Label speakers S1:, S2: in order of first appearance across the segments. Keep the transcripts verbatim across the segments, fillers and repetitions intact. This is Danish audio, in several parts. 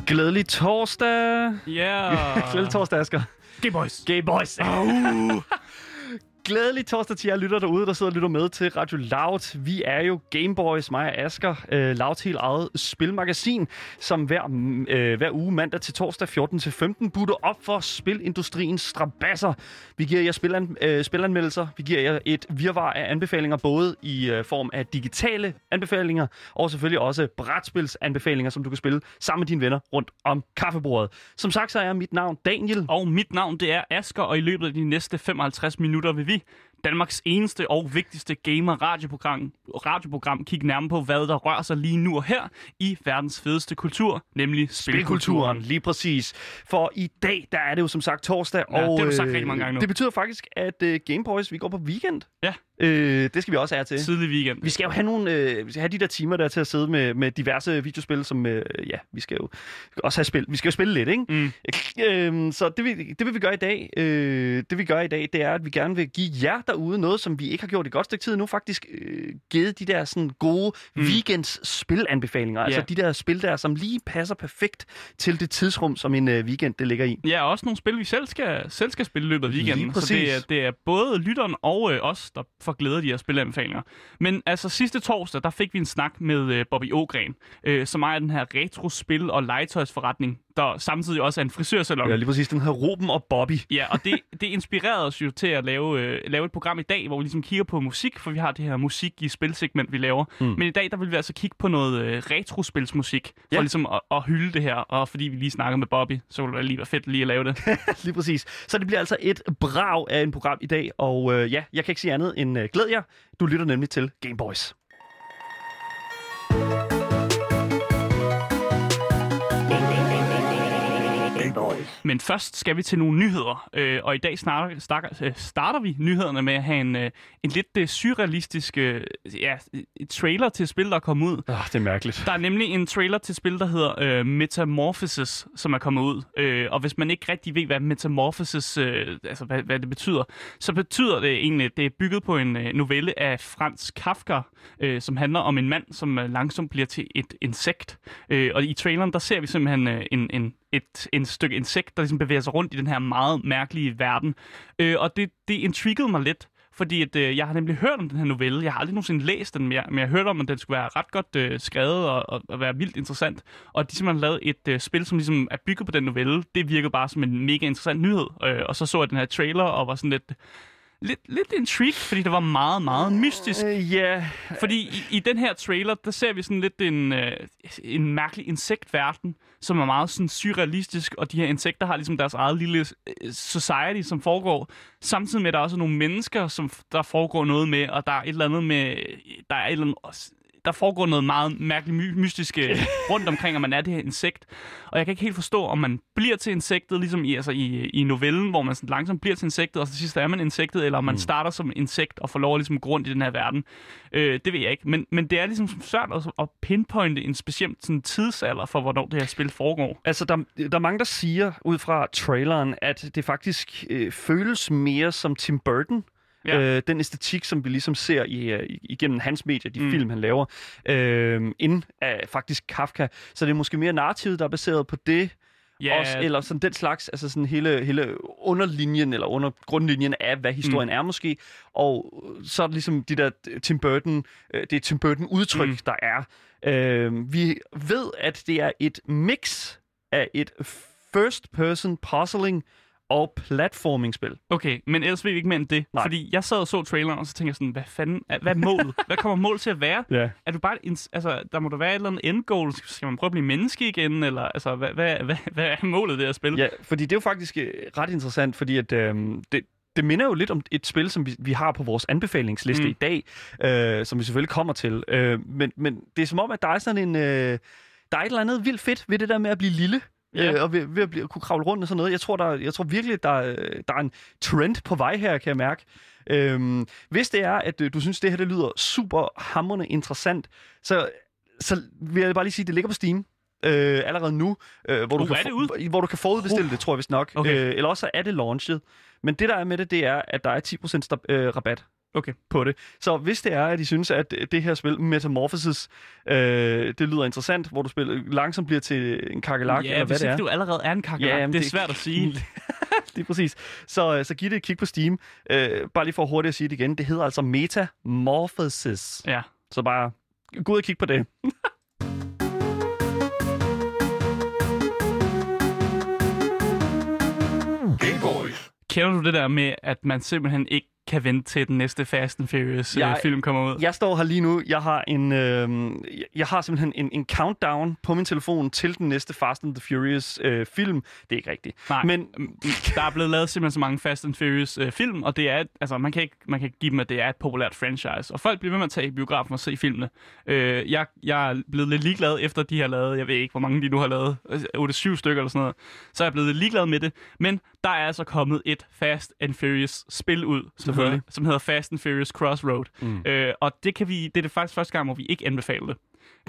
S1: Glædelig torsdag.
S2: Ja. Yeah.
S1: Glædelig torsdag, Asger.
S2: Gay boys.
S1: Gay boys. Uh. Glædelig torsdag til jer lytter derude, der sidder og lytter med til Radio Loud. Vi er jo Gameboys, mig og Asger, øh, Louds helt eget spilmagasin, som hver, øh, hver uge mandag til torsdag fjorten til femten butter op for spilindustriens strabasser. Vi giver jer spilan, øh, spilanmeldelser, vi giver jer et virvar af anbefalinger, både i øh, form af digitale anbefalinger, og selvfølgelig også brætspilsanbefalinger, som du kan spille sammen med dine venner rundt om kaffebordet. Som sagt, så er mit navn Daniel.
S2: Og mit navn, det er Asger, og i løbet af de næste femoghalvtreds minutter vil vi, Danmarks eneste og vigtigste gamer-radioprogram, radioprogram, kigge nærmere på, hvad der rører sig lige nu og her i verdens fedeste kultur, nemlig spilkulturen.
S1: Lige præcis. For i dag, der er det jo som sagt torsdag,
S2: ja,
S1: og
S2: det har du sagt rigtig mange gange nu.
S1: Det betyder faktisk, at uh, Gameboys, vi går på weekend.
S2: Ja.
S1: Øh, det skal vi også have til.
S2: Tidlig weekend.
S1: Vi skal jo have nogle, øh, vi skal have de der timer der til at sidde med, med diverse videospil, som, øh, ja, vi skal jo også have spil. Vi skal jo spille lidt, ikke?
S2: Mm.
S1: Øh, så det vil, det vil vi gøre i dag. Øh, det vi gør i dag, det er, at vi gerne vil give jer derude noget, som vi ikke har gjort i godt stykke tid nu, faktisk øh, givet de der sådan gode mm. weekends spilanbefalinger. Yeah. Altså de der spil der, som lige passer perfekt til det tidsrum, som en øh, weekend det ligger i.
S2: Ja, også nogle spil, vi selv skal, selv skal spille i løbet af weekenden.
S1: Så
S2: det er, det er både lytteren og øh, os, der får glæde af de her spilanbefalinger. Men altså sidste torsdag, der fik vi en snak med øh, Bobby Ågren, øh, som ejer den her retro-spil- og legetøjsforretning, der samtidig også er en frisørsalon.
S1: Ja, lige præcis. Den her Ruben og Bobby.
S2: Ja, og det, det inspirerede os jo til at lave, øh, lave et program i dag, hvor vi ligesom kigger på musik, for vi har det her musik i spilsegment, vi laver. Mm. Men i dag, der vil vi altså kigge på noget øh, retrospilsmusik, for
S1: ja.
S2: ligesom at, at hylde det her. Og fordi vi lige snakkede med Bobby, så ville det lige være fedt lige at lave det.
S1: Lige præcis. Så det bliver altså et brag af en program i dag, og øh, ja, jeg kan ikke sige andet end øh, glæd jer. Du lytter nemlig til Gameboys.
S2: Men først skal vi til nogle nyheder, øh, og i dag starter, starter, starter vi nyhederne med at have en, øh, en lidt øh, surrealistisk øh, ja, et trailer til et spil, der er kommet ud.
S1: Oh, det er mærkeligt.
S2: Der er nemlig en trailer til et spil, der hedder øh, Metamorphosis, som er kommet ud. Øh, og hvis man ikke rigtig ved, hvad Metamorphosis, øh, altså hvad, hvad det betyder, så betyder det egentlig, det er bygget på en øh, novelle af Franz Kafka, øh, som handler om en mand, som øh, langsomt bliver til et insekt. Øh, og i traileren, der ser vi simpelthen øh, en, en Et, en stykke insekt, der ligesom bevæger sig rundt i den her meget mærkelige verden. Øh, og det, det intriguede mig lidt, fordi at, øh, jeg har nemlig hørt om den her novelle. Jeg har aldrig nogensinde læst den, men jeg, men jeg har hørt om, at den skulle være ret godt øh, skrevet og, og, og være vildt interessant. Og at de simpelthen har lavet et øh, spil, som ligesom er bygget på den novelle. Det virkede bare som en mega interessant nyhed. Øh, og så så jeg den her trailer og var sådan lidt... Lidt, lidt intrigued, fordi det var meget, meget mystisk.
S1: Ja. Uh, yeah.
S2: Fordi i, i den her trailer, der ser vi sådan lidt en, øh, en mærkelig insektverden, som er meget sådan surrealistisk, og de her insekter har ligesom deres eget lille society, som foregår. Samtidig med, at der også er nogle mennesker, som der foregår noget med, og der er et eller andet med... Der er et eller andet... Der foregår noget meget mærkeligt my- mystisk rundt omkring, at man er det her insekt. Og jeg kan ikke helt forstå, om man bliver til insektet, ligesom i, altså i, i novellen, hvor man sådan langsomt bliver til insektet, og til sidst er man insektet, eller om man mm. starter som insekt og får lov at ligesom gå rundt i den her verden. Øh, det ved jeg ikke. Men, men det er ligesom svært at, at pinpointe en speciel sådan, tidsalder for, hvornår det her spil foregår.
S1: Altså, der, der er mange, der siger ud fra traileren, at det faktisk øh, føles mere som Tim Burton. Ja. Øh, den æstetik, som vi ligesom ser i, uh, igennem hans medier, de mm. film, han laver, øh, inden af faktisk Kafka. Så det er måske mere narrativet, der er baseret på det, yeah. også, eller sådan den slags, altså sådan hele, hele underlinjen, eller under grundlinjen af, hvad historien mm. er måske. Og så er det ligesom de der Tim Burton, øh, det er Tim Burton-udtryk, mm. der er. Øh, vi ved, at det er et mix af et first-person puzzling og platforming-spil.
S2: Okay, men ellers ved vi ikke mere end det. Nej. Fordi jeg sad og så traileren, og så tænkte jeg sådan, hvad fanden, hvad er målet? Hvad kommer målet til at være?
S1: Ja.
S2: Er du bare, altså, der må der være et eller andet endgoal? Skal man prøve at blive menneske igen? Eller, altså, hvad, hvad, hvad, hvad er målet det at spille?
S1: Ja, fordi det er jo faktisk øh, ret interessant, fordi at, øh, det, det minder jo lidt om et spil, som vi, vi har på vores anbefalingsliste mm. i dag, øh, som vi selvfølgelig kommer til. Øh, men, men det er som om, at der er sådan en... Øh, der er et eller andet vildt fedt ved det der med at blive lille. Ja. Øh, og ved, ved at blive, kunne kravle rundt og sådan noget. Jeg tror, der, jeg tror virkelig, der, der er en trend på vej her, kan jeg mærke. Øhm, hvis det er, at du synes, det her det lyder super hamrende interessant, så, så vil jeg bare lige sige, at det ligger på Steam. Øh, allerede nu, øh, hvor,
S2: uh,
S1: du kan for, hvor du kan forudbestille uh. det, tror jeg vist nok.
S2: Okay.
S1: Øh, eller også er det launchet. Men det, der er med det, det er, at der er ti procent øh, rabat
S2: okay.
S1: på det. Så hvis det er, at I synes, at det her spil, Metamorphosis, øh, det lyder interessant, hvor du spiller langsomt bliver til en kakelak,
S2: ja,
S1: eller hvad det er.
S2: Ja, hvis du allerede er en kakelak,
S1: ja,
S2: det er svært at sige.
S1: Det er præcis. Så, så giv det et kig på Steam. Øh, bare lige for hurtigt at sige det igen. Det hedder altså Metamorphosis.
S2: Ja.
S1: Så bare gå ud og kig på det.
S2: Kender du det der med, at man simpelthen ikke kan vente til den næste Fast and Furious jeg, øh, film kommer ud?
S1: Jeg står her lige nu. Jeg har en, øh, jeg har simpelthen en, en countdown på min telefon til den næste Fast and the Furious øh, film. Det er ikke rigtigt.
S2: Nej,
S1: men
S2: der er blevet lavet simpelthen så mange Fast and Furious øh, film, og det er, altså man kan ikke, man kan ikke give dem, at det er et populært franchise. Og folk bliver ved med at tage i biografen og se filmene. Øh, jeg, jeg er blevet lidt ligeglad efter de har lavet, jeg ved ikke, hvor mange de nu har lavet, otte syv stykker eller sådan noget. Så er jeg blevet lidt ligeglad med det. Men der er altså kommet et Fast and Furious spil ud, som hedder, som hedder Fast and Furious Crossroad. Mm. Øh, og det kan vi, det er det faktisk første gang, hvor vi ikke anbefaler det.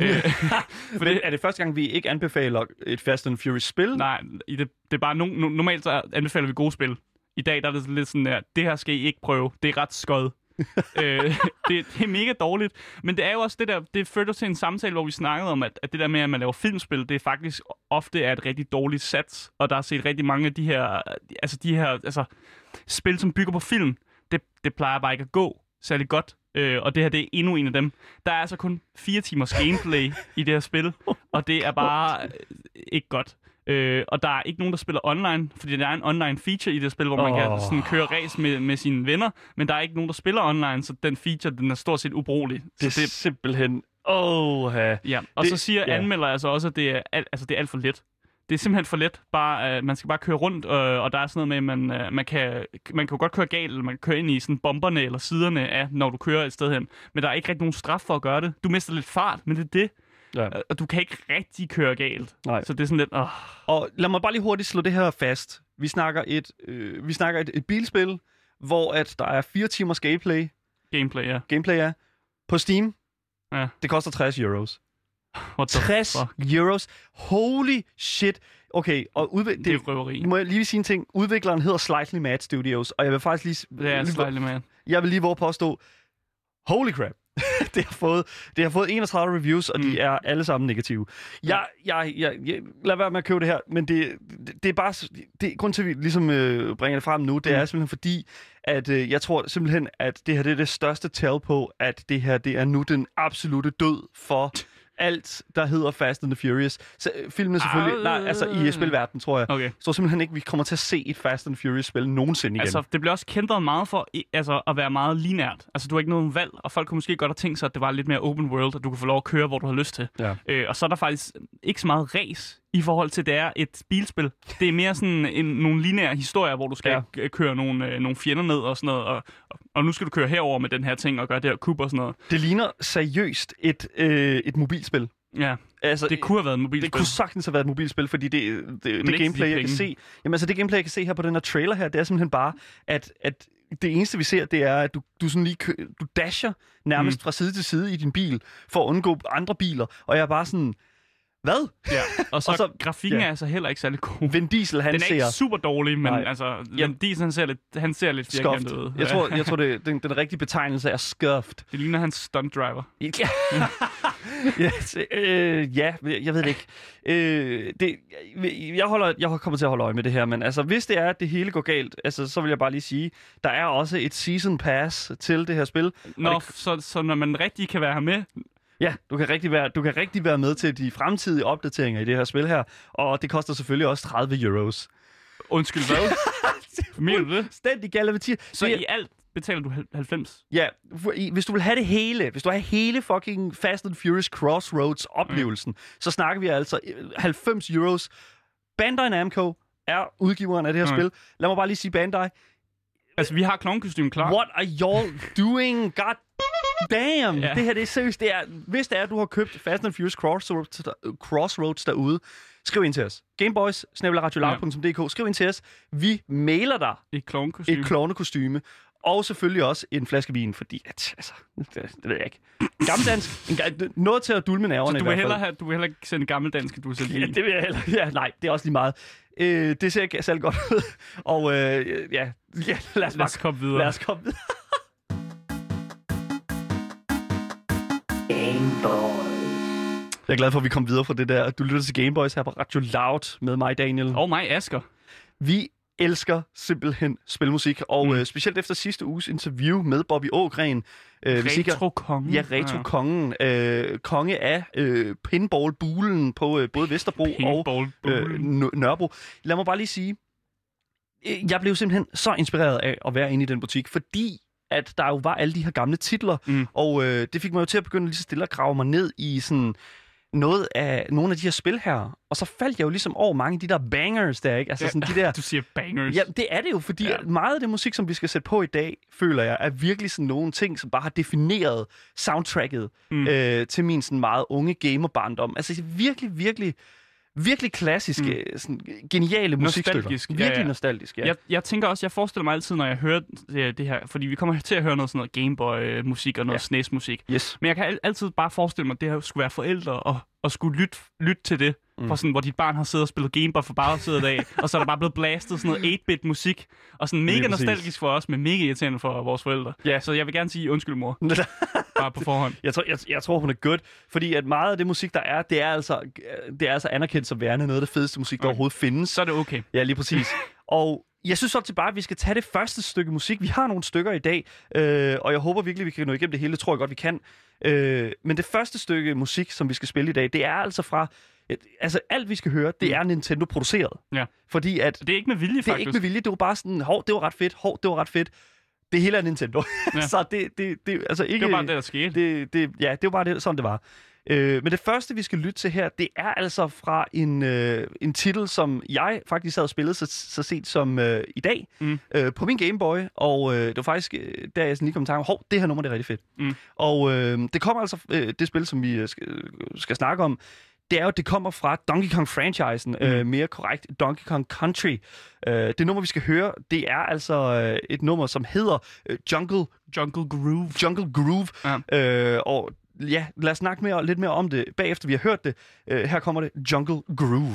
S1: For det, er det første gang, vi ikke anbefaler et Fast and Furious spil?
S2: Nej, det, det er bare no, no, normalt så anbefaler vi gode spil. I dag der er det lidt sådan der, det her skal I ikke prøve. Det er ret skød. øh, det, det er mega dårligt. Men det er jo også det der, det førte til en samtale, hvor vi snakkede om, at, at det der med, at man laver filmspil, det er faktisk ofte er et rigtig dårligt sats. Og der er set rigtig mange af de her, altså de her altså, spil, som bygger på film, det, det plejer bare ikke at gå særlig godt. Øh, og det her, det er endnu en af dem. Der er altså kun fire timers gameplay i det her spil, og det er bare øh, ikke godt. Øh, og der er ikke nogen, der spiller online, fordi der er en online feature i det her spil, hvor man oh. kan sådan, køre race med, med sine venner, men der er ikke nogen, der spiller online, så den feature, den er stort set ubrugelig.
S1: Det
S2: så
S1: er
S2: det,
S1: simpelthen... Åh,
S2: ja. Og det, så siger ja. anmelder altså også, at det er, al, altså, det er alt for let. Det er simpelthen for let. Bare, uh, man skal bare køre rundt, uh, og der er sådan noget med, at man, uh, man, kan, man kan jo godt køre galt, eller man kan køre ind i sådan bomberne eller siderne af, når du kører et sted hen. Men der er ikke rigtig nogen straf for at gøre det. Du mister lidt fart, men det er det. Ja. Og du kan ikke rigtig køre galt. Nej. Så det er sådan lidt... Åh.
S1: Og lad mig bare lige hurtigt slå det her fast. Vi snakker et, øh, vi snakker et, et bilspil, hvor at der er fire timers gameplay.
S2: Gameplay, ja.
S1: Gameplay, ja. På Steam.
S2: Ja.
S1: Det koster tres euros.
S2: What the
S1: tres
S2: fuck?
S1: euros. Holy shit. Okay, og udvik-
S2: det, det er røveri.
S1: Må jeg lige sige en ting? Udvikleren hedder Slightly Mad Studios, og jeg vil faktisk lige...
S2: Det er Slightly Mad.
S1: Jeg vil lige våge påstå, holy crap. det, har fået, det har fået enogtredive reviews, og mm. de er alle sammen negative. Jeg, jeg, jeg, jeg, lad være med at købe det her, men det, det, det er bare... Det, grund til, at vi ligesom øh, bringer det frem nu, det mm. er simpelthen fordi, at øh, jeg tror simpelthen, at det her det er det største tell på, at det her det er nu den absolute død for... alt, der hedder Fast and the Furious. Så øh, filmen selvfølgelig... Uh, nej, altså i spilverdenen, tror jeg. Okay. Så simpelthen ikke, vi kommer til at se et Fast and Furious-spil nogensinde igen.
S2: Altså, det bliver også kendt meget for altså, at være meget lineært. Altså, du har ikke noget valg, og folk kunne måske godt have tænkt sig, at det var lidt mere open world, og du kan få lov at køre, hvor du har lyst til. Ja. Øh, og så er der faktisk ikke så meget race i forhold til, det er et bilspil. Det er mere sådan en, nogle lineære historier, hvor du skal ja. køre nogle, øh, nogle fjender ned og sådan noget, og, og, og nu skal du køre herover med den her ting og gøre det her kub og sådan noget.
S1: Det ligner seriøst et, øh, et mobilspil.
S2: Ja, altså, det kunne have været et mobilspil.
S1: Det kunne sagtens have været et mobilspil, fordi det, det, det gameplay, jeg kan se... Jamen altså, det gameplay, jeg kan se her på den her trailer her, det er simpelthen bare, at, at det eneste, vi ser, det er, at du, du sådan lige kø, du dasher nærmest mm. fra side til side i din bil, for at undgå andre biler, og jeg er bare sådan... Hvad?
S2: Ja, og så, og så grafikken ja. er altså heller ikke særlig god.
S1: Vin Diesel, han
S2: den er
S1: ser...
S2: ikke super dårlig, men nej. altså, Vin Diesel, han ser lidt, han ser lidt firkantet ud.
S1: Jeg tror, jeg tror det, den, den rigtige betegnelse er scuffed.
S2: Det ligner hans stunt driver.
S1: Ja, yes, øh, ja jeg ved det ikke. Øh, det, jeg, holder, jeg kommer til at holde øje med det her, men altså, hvis det er, at det hele går galt, altså, så vil jeg bare lige sige, der er også et season pass til det her spil.
S2: Nå,
S1: det,
S2: så, så når man rigtig kan være her med...
S1: Ja, du kan, rigtig være, du kan rigtig være med til de fremtidige opdateringer i det her spil her, og det koster selvfølgelig også tredive euros.
S2: Undskyld, hvad? Mener du det?
S1: Stændig galavetier.
S2: Så i alt betaler du halvfems?
S1: Ja, hvis du vil have det hele, hvis du har hele fucking Fast and Furious Crossroads-oplevelsen, okay. så snakker vi altså halvfems euros. Bandai Namco er udgiveren af det her okay. spil. Lad mig bare lige sige Bandai.
S2: Altså, vi har klovnekostymen klar.
S1: What are y'all doing? God damn! Ja. Det her, det er seriøst. Det er, hvis det er, at du har købt Fast and Furious Crossroads, Crossroads derude, skriv ind til os. Gameboys, snabel-a radioloud punktum d k. Skriv ind til os. Vi mailer dig
S2: et klovnekostyme.
S1: Et klovnekostyme. Og selvfølgelig også en flaske vin, fordi at, altså, det, det ved jeg ikke. Gammeldansk, en, noget til at dulme nerverne.
S2: Så du vil hellere have, du vil hellere sende gammeldansk, end du vil sende vin?
S1: Ja, det vil jeg hellere. Ja, nej, det er også lige meget. Øh, det ser ikke særlig godt ud. Og øh, ja, ja, lad os,
S2: lad os komme videre.
S1: Lad os komme videre. Jeg er glad for, at vi kom videre fra det der. Du lytter til Gameboys her på Radio Loud med mig, Daniel.
S2: Og mig, Asger.
S1: Vi elsker simpelthen spilmusik, og mm. øh, specielt efter sidste uges interview med Bobby Ågren.
S2: Øh, Retro-kongen.
S1: Ja, retro-kongen. Øh, konge af øh, pinball-bulen på øh, både Vesterbro og øh, Nørrebro. Lad mig bare lige sige, øh, jeg blev simpelthen så inspireret af at være inde i den butik, fordi at der jo var alle de her gamle titler, mm. og øh, det fik mig jo til at begynde lige så stille at grave mig ned i sådan noget af nogle af de her spil her, og så faldt jeg jo ligesom over mange af de der bangers der, ikke? Altså
S2: ja,
S1: sådan de der.
S2: Du siger bangers.
S1: Ja, det er det jo, fordi ja. meget af det musik, som vi skal sætte på i dag, føler jeg, er virkelig sådan nogle ting, som bare har defineret soundtracket mm. øh, til min sådan meget unge gamerbarndom. Altså virkelig, virkelig, virkelig klassiske, mm. sådan, geniale musikstykker. Virkelig
S2: ja, ja.
S1: nostalgisk, ja.
S2: Jeg, jeg tænker også, jeg forestiller mig altid, når jeg hører det, det her, fordi vi kommer til at høre noget sådan noget Gameboy-musik og noget ja. S N E S-musik.
S1: Yes.
S2: Men jeg kan altid bare forestille mig, at det her skulle være forældre og, og skulle lytte, lytte til det. Mm. For sådan, hvor dit barn har siddet og spillet Gameboy for bagsiden af, og så er der bare blevet blastet sådan noget otte-bit musik, og sådan mega nostalgisk for os, men mega irriterende for vores forældre. Yeah. Så jeg vil gerne sige undskyld, mor. Bare på forhånd.
S1: Jeg tror, jeg, jeg tror, hun er good, fordi at meget af det musik, der er, det er altså, det er altså anerkendt som værende noget af det fedeste musik, der okay. overhovedet findes.
S2: Så er det okay.
S1: Ja, lige præcis. Og jeg synes så til bare, at vi skal tage det første stykke musik. Vi har nogle stykker i dag, øh, og jeg håber virkelig, vi kan nå igennem det hele. Det tror jeg godt, vi kan. Øh, men det første stykke musik, som vi skal spille i dag, det er altså fra... Altså, alt vi skal høre, det er Nintendo-produceret.
S2: Ja.
S1: Fordi at...
S2: Det er ikke med vilje, faktisk.
S1: Det er ikke med vilje. Det var bare sådan, hov, det var ret fedt. Hov, det var ret fedt. Det hele er Nintendo. Ja. Så det, det, det, altså ikke...
S2: Det var bare det, der skete.
S1: Det, det, ja, det var bare det, sådan det var. Øh, men det første, vi skal lytte til her, det er altså fra en, øh, en titel, som jeg faktisk havde spillet så, så sent som øh, i dag mm. øh, på min Game Boy. Og øh, det var faktisk, øh, der jeg sådan lige kom i tanke om, hov, det her nummer, det er rigtig fedt. Mm. Og øh, det kommer altså, øh, det spil, som vi skal, skal snakke om, det er jo, det kommer fra Donkey Kong-franchisen, mm. øh, mere korrekt Donkey Kong Country. Øh, det nummer, vi skal høre, det er altså øh, et nummer, som hedder øh, Jungle...
S2: Jungle Groove.
S1: Jungle Groove. Ja. Øh, og ja, lad os snakke mere, lidt mere om det, bagefter vi har hørt det. Øh, her kommer det, Jungle Groove.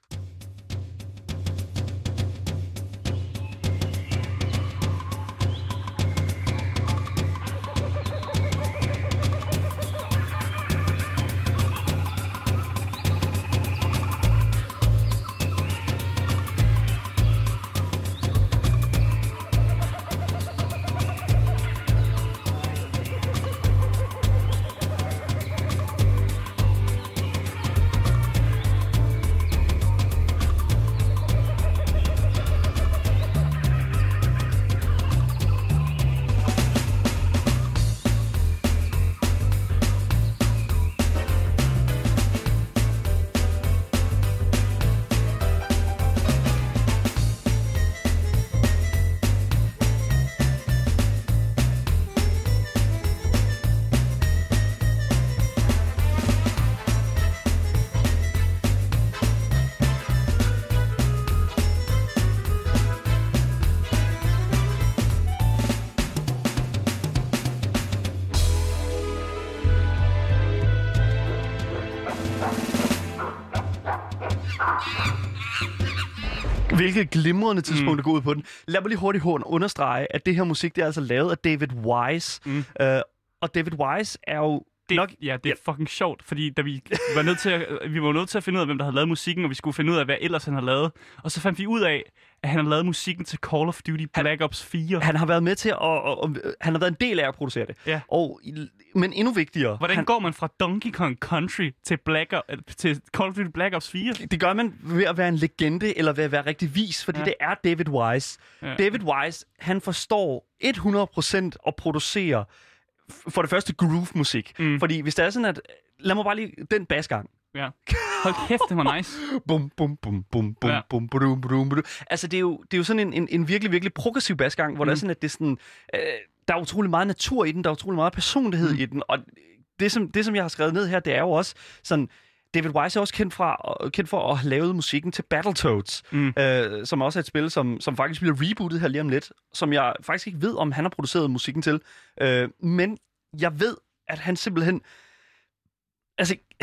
S1: Hvilket glimrende tidspunkt mm. at gå ud på den. Lad mig lige hurtigt understrege, at det her musik, det er altså lavet af David Wise. Mm. Uh, og David Wise er jo
S2: det,
S1: nok...
S2: Ja, det er ja. fucking sjovt, fordi da vi var nødt til at, vi var nødt til at finde ud af, hvem der havde lavet musikken, og vi skulle finde ud af, hvad ellers han har lavet. Og så fandt vi ud af, at han har lavet musikken til Call of Duty Black Ops fire.
S1: Han har været med til at... Og, og, og, han har været en del af at producere det.
S2: Ja.
S1: Og, men endnu vigtigere...
S2: Hvordan
S1: han,
S2: går man fra Donkey Kong Country til, Black o- til Call of Duty Black Ops fire?
S1: Det gør man ved at være en legende, eller ved at være rigtig vis, fordi ja. det er David Wise. Ja. David Wise, han forstår hundrede procent at producere for det første groove-musik. Mm. Fordi hvis det er sådan, at... Lad mig bare lige... Den basgang.
S2: Ja. Hold kæft, det var nice.
S1: bum, bum, bum, bum, bum, ja. bum, bum, bum, bum. Altså, det er jo, det er jo sådan en, en, en virkelig, virkelig progressiv basgang, hvor mm. der er sådan, at det er sådan... Øh, der er utrolig meget natur i den, der er utrolig meget personlighed mm. i den, og det som, det, som jeg har skrevet ned her, det er jo også sådan... David Wise er også kendt, fra, kendt for at have lavet musikken til Battletoads, mm. øh, som også er et spil, som, som faktisk bliver rebootet her lige om lidt, som jeg faktisk ikke ved, om han har produceret musikken til. Øh, men jeg ved, at han simpelthen... Altså,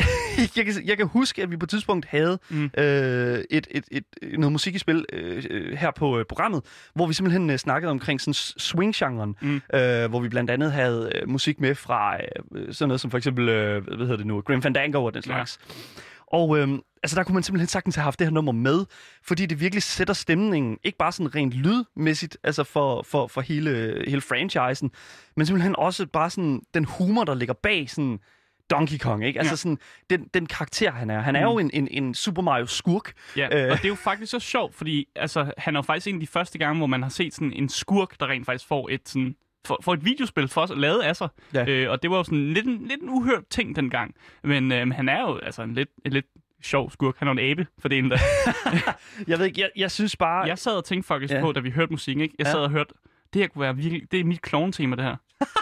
S1: jeg, kan, jeg kan huske, at vi på et tidspunkt havde mm. øh, et, et, et, noget musik i spil øh, her på øh, programmet, hvor vi simpelthen øh, snakkede omkring sådan swing-genren, mm. øh, hvor vi blandt andet havde øh, musik med fra øh, sådan noget som for eksempel, øh, hvad hedder det nu, Grim Fandango og den slags. Ja. Og øh, altså, der kunne man simpelthen sagtens have haft det her nummer med, fordi det virkelig sætter stemningen, ikke bare sådan rent lydmæssigt, altså for, for, for hele, hele franchisen, men simpelthen også bare sådan den humor, der ligger bag sådan Donkey Kong, ikke? Altså ja. sådan, den, den karakter, han er. Han er mm. jo en, en, en Super Mario-skurk.
S2: Ja, øh. og det er jo faktisk så sjovt, fordi altså, han er jo faktisk en af de første gange, hvor man har set sådan en skurk, der rent faktisk får et sådan for, for et videospil for lavet af sig. Ja. Øh, og det var jo sådan lidt en, lidt en uhørt ting dengang. Men øh, han er jo altså en lidt, en lidt sjov skurk. Han er en abe for det ene der.
S1: jeg ved ikke, jeg, jeg synes bare...
S2: Jeg sad og tænkte faktisk ja. på, da vi hørte musik, ikke? Jeg sad ja. og hørte, det her kunne være virkelig... Det er mit klovn-tema, det her.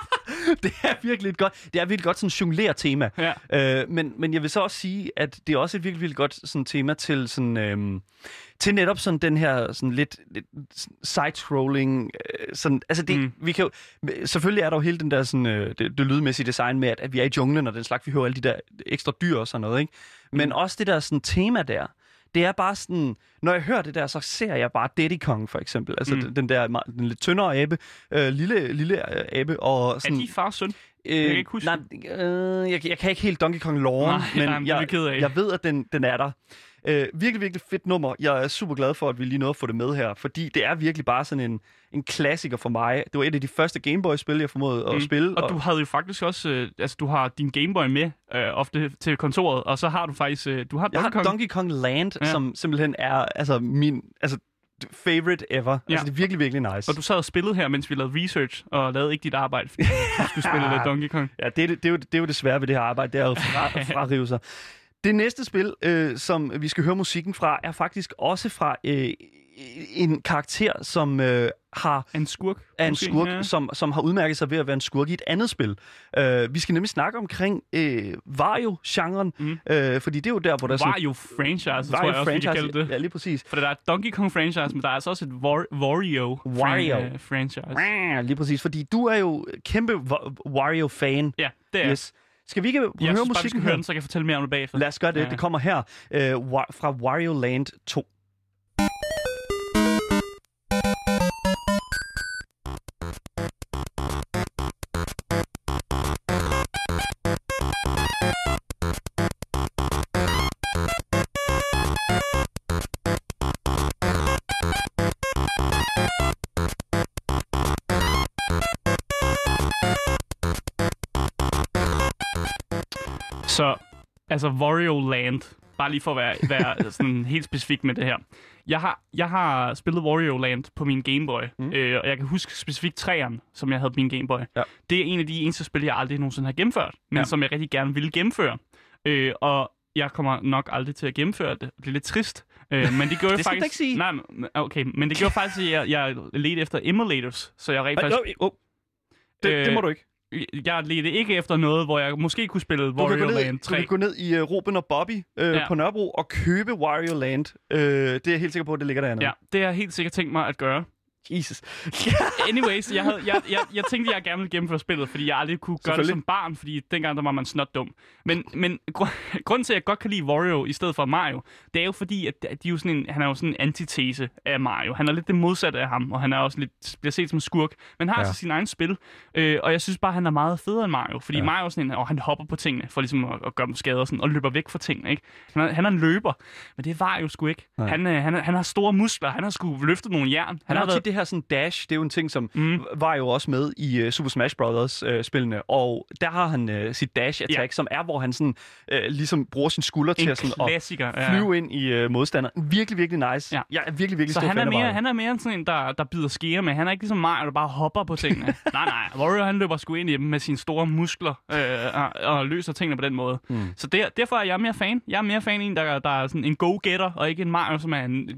S1: Det er virkelig et godt, det er virkelig godt sådan jonglere-tema. Ja. Øh, men, men jeg vil så også sige, at det er også et virkelig, virkelig godt sådan tema til sådan... Øhm, til netop sådan den her sådan lidt, lidt side-scrolling, øh, sådan, altså det, mm. vi kan jo, selvfølgelig er der jo hele den der sådan, øh, det, det lydmæssige design med, at, at vi er i junglen, og den slags, vi hører alle de der ekstra dyr og sådan noget, ikke? Men mm. også det der sådan tema der, det er bare sådan, når jeg hører det der, så ser jeg bare Diddy Kong for eksempel, altså mm. den, den der den lidt tyndere abe, øh, lille, lille øh, abe, og sådan...
S2: Er de far og søn? Øh, jeg kan ikke huske
S1: nej, øh, jeg, jeg kan ikke helt Donkey Kong-loven, men nej, jeg, jeg ved, at den, den er der. Øh, virkelig, virkelig fedt nummer. Jeg er super glad for, at vi lige nåede at få det med her, fordi det er virkelig bare sådan en, en klassiker for mig. Det var et af de første Gameboy-spil, jeg formåede at mm. spille.
S2: Og, og du havde jo faktisk også, øh, altså du har din Gameboy med øh, ofte til kontoret, og så har du faktisk, øh, du har
S1: Jeg
S2: Donkey
S1: har
S2: Kong.
S1: Donkey Kong Land, ja. som simpelthen er altså min, altså favorite ever. Ja. Altså det er virkelig, virkelig nice.
S2: Og du sad og spillede her, mens vi lavede research, og lavede ikke dit arbejde, fordi du skulle spille lidt Donkey Kong. Ja,
S1: det er, det, det, er jo, det er jo det svære ved det her arbejde, det er jo fra, frarive sig. Det næste spil, øh, som vi skal høre musikken fra, er faktisk også fra øh, en karakter, som øh, har...
S2: En skurk.
S1: Er en
S2: måske,
S1: skurk,
S2: ja.
S1: som, som har udmærket sig ved at være en skurk i et andet spil. Uh, vi skal nemlig snakke omkring øh, Wario-genren, mm. øh, fordi det er jo der, hvor der er sådan...
S2: Wario-franchise, tror jeg også, vi kan kalde det.
S1: Ja, lige præcis.
S2: For der er et Donkey Kong-franchise, men der er altså også et War- Wario-franchise.
S1: Wario. Lige præcis, fordi du er jo kæmpe Wario-fan.
S2: Ja, det er
S1: yes. Skal vi ikke
S2: jeg
S1: høre
S2: synes,
S1: musikken
S2: høre den, så kan jeg fortælle mere om det bagefter.
S1: Lad os gøre det. Ja. Det kommer her øh, fra Wario Land to.
S2: Så, altså Wario Land, bare lige for at være, være sådan helt specifik med det her. Jeg har, jeg har spillet Wario Land på min Gameboy, mm. øh, og jeg kan huske specifikt træeren, som jeg havde på min Gameboy. Ja. Det er en af de eneste spil, jeg aldrig nogensinde har gennemført, men ja. som jeg rigtig gerne ville gennemføre. Øh, og jeg kommer nok aldrig til at gennemføre det. Det er lidt trist. Øh, men det gjorde
S1: det
S2: faktisk...
S1: ikke sige.
S2: Nej, okay, men det gjorde faktisk, at jeg, jeg ledte efter emulators, så jeg rent faktisk...
S1: Oh, oh. Det, øh, det må du ikke.
S2: Jeg ledte ikke efter noget, hvor jeg måske kunne spille Wario Land tre.
S1: Du kan gå ned i uh, Ruben og Bobby uh, ja. på Nørrebro og købe Wario Land. Uh, det er jeg helt sikker på, at det ligger derinde.
S2: Ja, det har jeg helt sikkert tænkt mig at gøre.
S1: Jesus.
S2: Anyways, jeg, havde, jeg, jeg, jeg tænkte, at jeg gerne ville gennemføre spillet, fordi jeg aldrig kunne gøre det som barn, fordi dengang der var man snot dum. Men, men gr- grunden til, at jeg godt kan lide Wario i stedet for Mario, det er jo fordi, at de er jo sådan en, han er jo sådan en antitese af Mario. Han er lidt det modsatte af ham, og han er også lidt, bliver set som skurk. Men har ja. altså sin egen spil, øh, og jeg synes bare, han er meget federe end Mario. Fordi ja. Mario er sådan en, og han hopper på tingene, for ligesom at, at gøre dem skader sådan, og løber væk fra tingene. Ikke? Han, er, han er en løber, men det var jo sgu ikke. Han, øh, han, han har store muskler, han har sgu løftet nogle jern. Han,
S1: han har,
S2: har
S1: været... det her sådan dash, det er jo en ting, som mm. var jo også med i uh, Super Smash Bros. Uh, spillene, og der har han uh, sit dash attack, ja. som er, hvor han sådan uh, ligesom bruger sin skulder en til at, sådan, at flyve ja. ind i uh, modstanderen. Virkelig, virkelig nice. Ja. Jeg er virkelig, virkelig
S2: så
S1: stor
S2: han
S1: fan
S2: er mere,
S1: af
S2: han er mere sådan en, der, der bider skære med. Han er ikke ligesom Mario, der bare hopper på tingene. nej, nej. Wario, han løber sgu ind i dem med sine store muskler øh, og, og løser tingene på den måde. Mm. Så der, derfor er jeg mere fan. Jeg er mere fan af en, der, der er sådan en go-getter, og ikke en Mario, som er en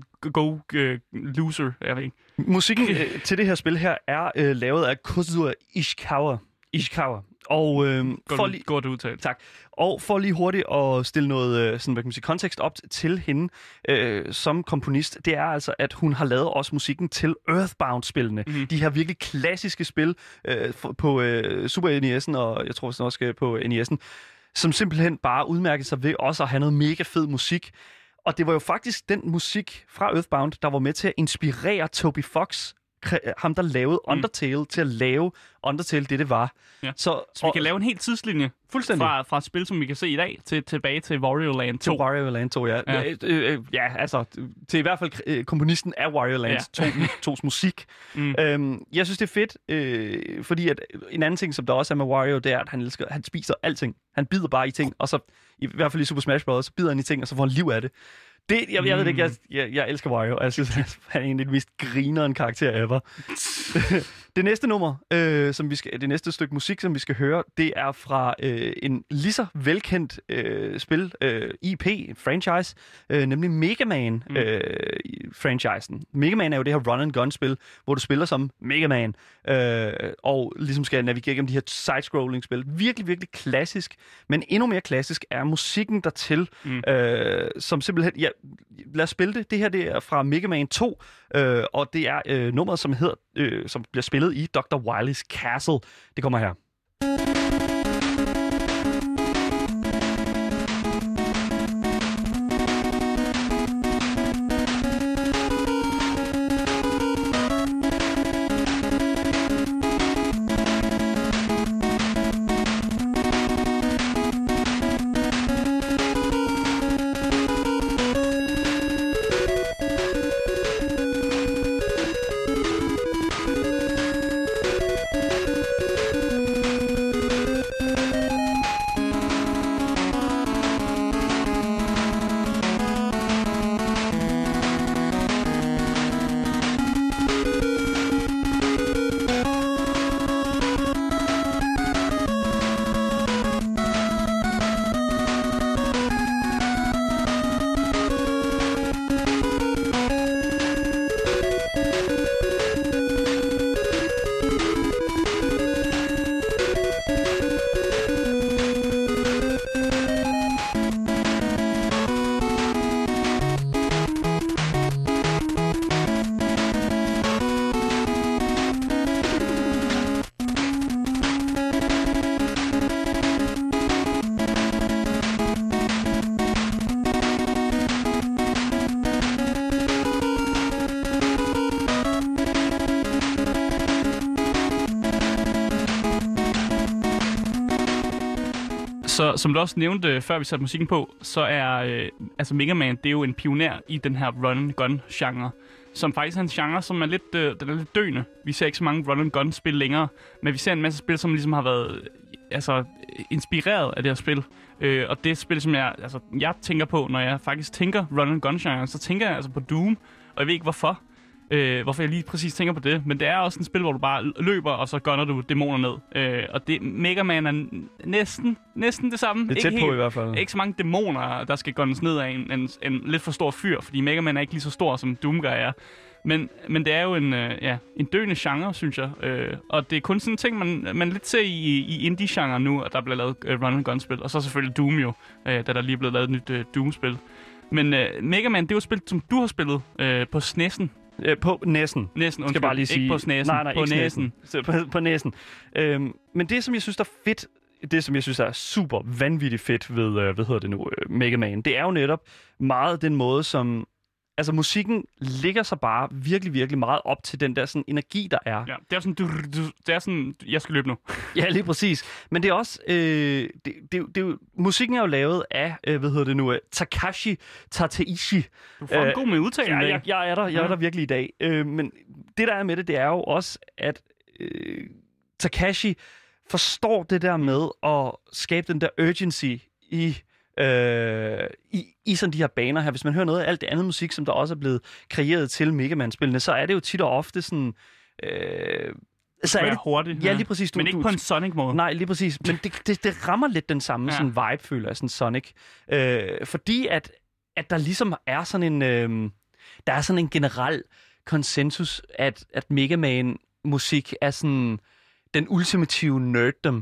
S2: go-loser. Jeg ved ikke.
S1: Musikken øh, til det her spil her er øh, lavet af Kazuo Ishikawa. Ishikawa. Og øh, for lige
S2: godt udtalt.
S1: Tak. Og for lige hurtigt at stille noget øh, sådan hvad kan man sige kontekst op til hende øh, som komponist, det er altså at hun har lavet også musikken til Earthbound-spillene. Mm-hmm. De her virkelig klassiske spil øh, på øh, Super N E S'en og jeg tror også på N E S'en, som simpelthen bare udmærkede sig ved også at have noget mega fed musik. Og det var jo faktisk den musik fra Earthbound, der var med til at inspirere Toby Fox, ham der lavede Undertale, mm. til at lave Undertale, det det var.
S2: Ja. Så, så vi kan lave en helt tidslinje fra, fra et spil, som vi kan se i dag, til, tilbage til Wario Land to.
S1: Til Wario Land to, ja. Ja, øh, øh, ja altså, til i hvert fald øh, komponisten af Wario Land ja. tos musik. Mm. Øhm, jeg synes, det er fedt, øh, fordi at en anden ting, som der også er med Wario, det er, at han, elsker, han spiser alting. Han bider bare i ting, og så, i hvert fald i Super Smash Bros., så bider han i ting, og så får han liv af det. Det, jeg, jeg ved ikke, jeg, jeg, jeg elsker Wario, og jeg synes, han er en af de mest grineren karakterer ever. Det næste nummer, øh, som vi skal, det næste stykke musik, som vi skal høre, det er fra øh, en lige så velkendt øh, spil, øh, I P, franchise, øh, nemlig Mega Man mm. øh, franchisen. Mega Man er jo det her run-and-gun-spil, hvor du spiller som Mega Man, øh, og ligesom skal navigere gennem de her side-scrolling-spil. Virkelig, virkelig klassisk, men endnu mere klassisk er musikken dertil, mm. øh, som simpelthen, ja, lad os spille det. Det her, det er fra Mega Man to, øh, og det er øh, nummeret, som hedder, øh, som bliver spillet i doktor Wily's Castle. Det kommer her.
S2: Så som du også nævnte, før vi satte musikken på, så er øh, altså Mega Man, det er jo en pioner i den her run-and-gun-genre, som faktisk er en genre, som er lidt, øh, den er lidt døende. Vi ser ikke så mange run-and-gun-spil længere, men vi ser en masse spil, som ligesom har været altså, inspireret af det her spil. Øh, og det spil, som jeg, altså, jeg tænker på, når jeg faktisk tænker run-and-gun-genre, så tænker jeg altså på Doom, og jeg ved ikke hvorfor. Øh, hvorfor jeg lige præcis tænker på det, men det er også et spil, hvor du bare løber, og så gunner du dæmoner ned. Øh, og det, Mega Man er næsten, næsten det samme.
S1: Det er tæt ikke på helt, i hvert fald.
S2: Ikke så mange dæmoner, der skal gunnes ned af en, en, en lidt for stor fyr, fordi Mega Man er ikke lige så stor, som Doomguy er. Men, men det er jo en, øh, ja, en døende genre, synes jeg. Øh, og det er kun sådan en ting, man, man lidt ser i, i indie-genre nu, at der bliver lavet øh, run-and-gun-spil. Og så selvfølgelig Doom jo, øh, da der lige er blevet lavet et nyt øh, Doom-spil. Men øh, Mega Man, det er jo et spil, som du har spillet øh, på S N E S'en.
S1: På næsen.
S2: Næsen, undskyld.
S1: Skal bare lige sige.
S2: Ikke på snæsen.
S1: Nej, nej,
S2: på
S1: ikke
S2: næsen.
S1: Så på, på næsen. Øhm, men det, som jeg synes, der er fedt, det, som jeg synes er super vanvittigt fedt ved, øh, hvad hedder det nu, øh, Mega Man, det er jo netop meget den måde, som... Altså, musikken ligger sig bare virkelig, virkelig meget op til den der sådan energi, der er.
S2: Ja, det er sådan, du, du, det er sådan, jeg skal løbe nu.
S1: Ja, lige præcis. Men det er også, øh, det, det, det, musikken er jo lavet af, øh, hvad hedder det nu, Takashi Tateishi.
S2: Du får en god med udtalen.
S1: Ja, jeg, jeg er der, jeg ja. er der virkelig i dag. Øh, men det, der er med det, det er jo også, at øh, Takashi forstår det der med at skabe den der urgency i... Øh, i, i sådan de her baner her. Hvis man hører noget af alt det andet musik, som der også er blevet kreeret til Mega Man-spillene, så er det jo tit og ofte sådan... Øh, så er det
S2: hurtigt.
S1: Ja, lige præcis. Du,
S2: men ikke
S1: du,
S2: på en Sonic-måde.
S1: Nej, lige præcis. Men det, det, det rammer lidt den samme ja. sådan vibe, føler jeg, sådan Sonic. Øh, fordi at, at der ligesom er sådan en... Øh, der er sådan en generel konsensus, at, at Mega Man-musik er sådan den ultimative nerddom.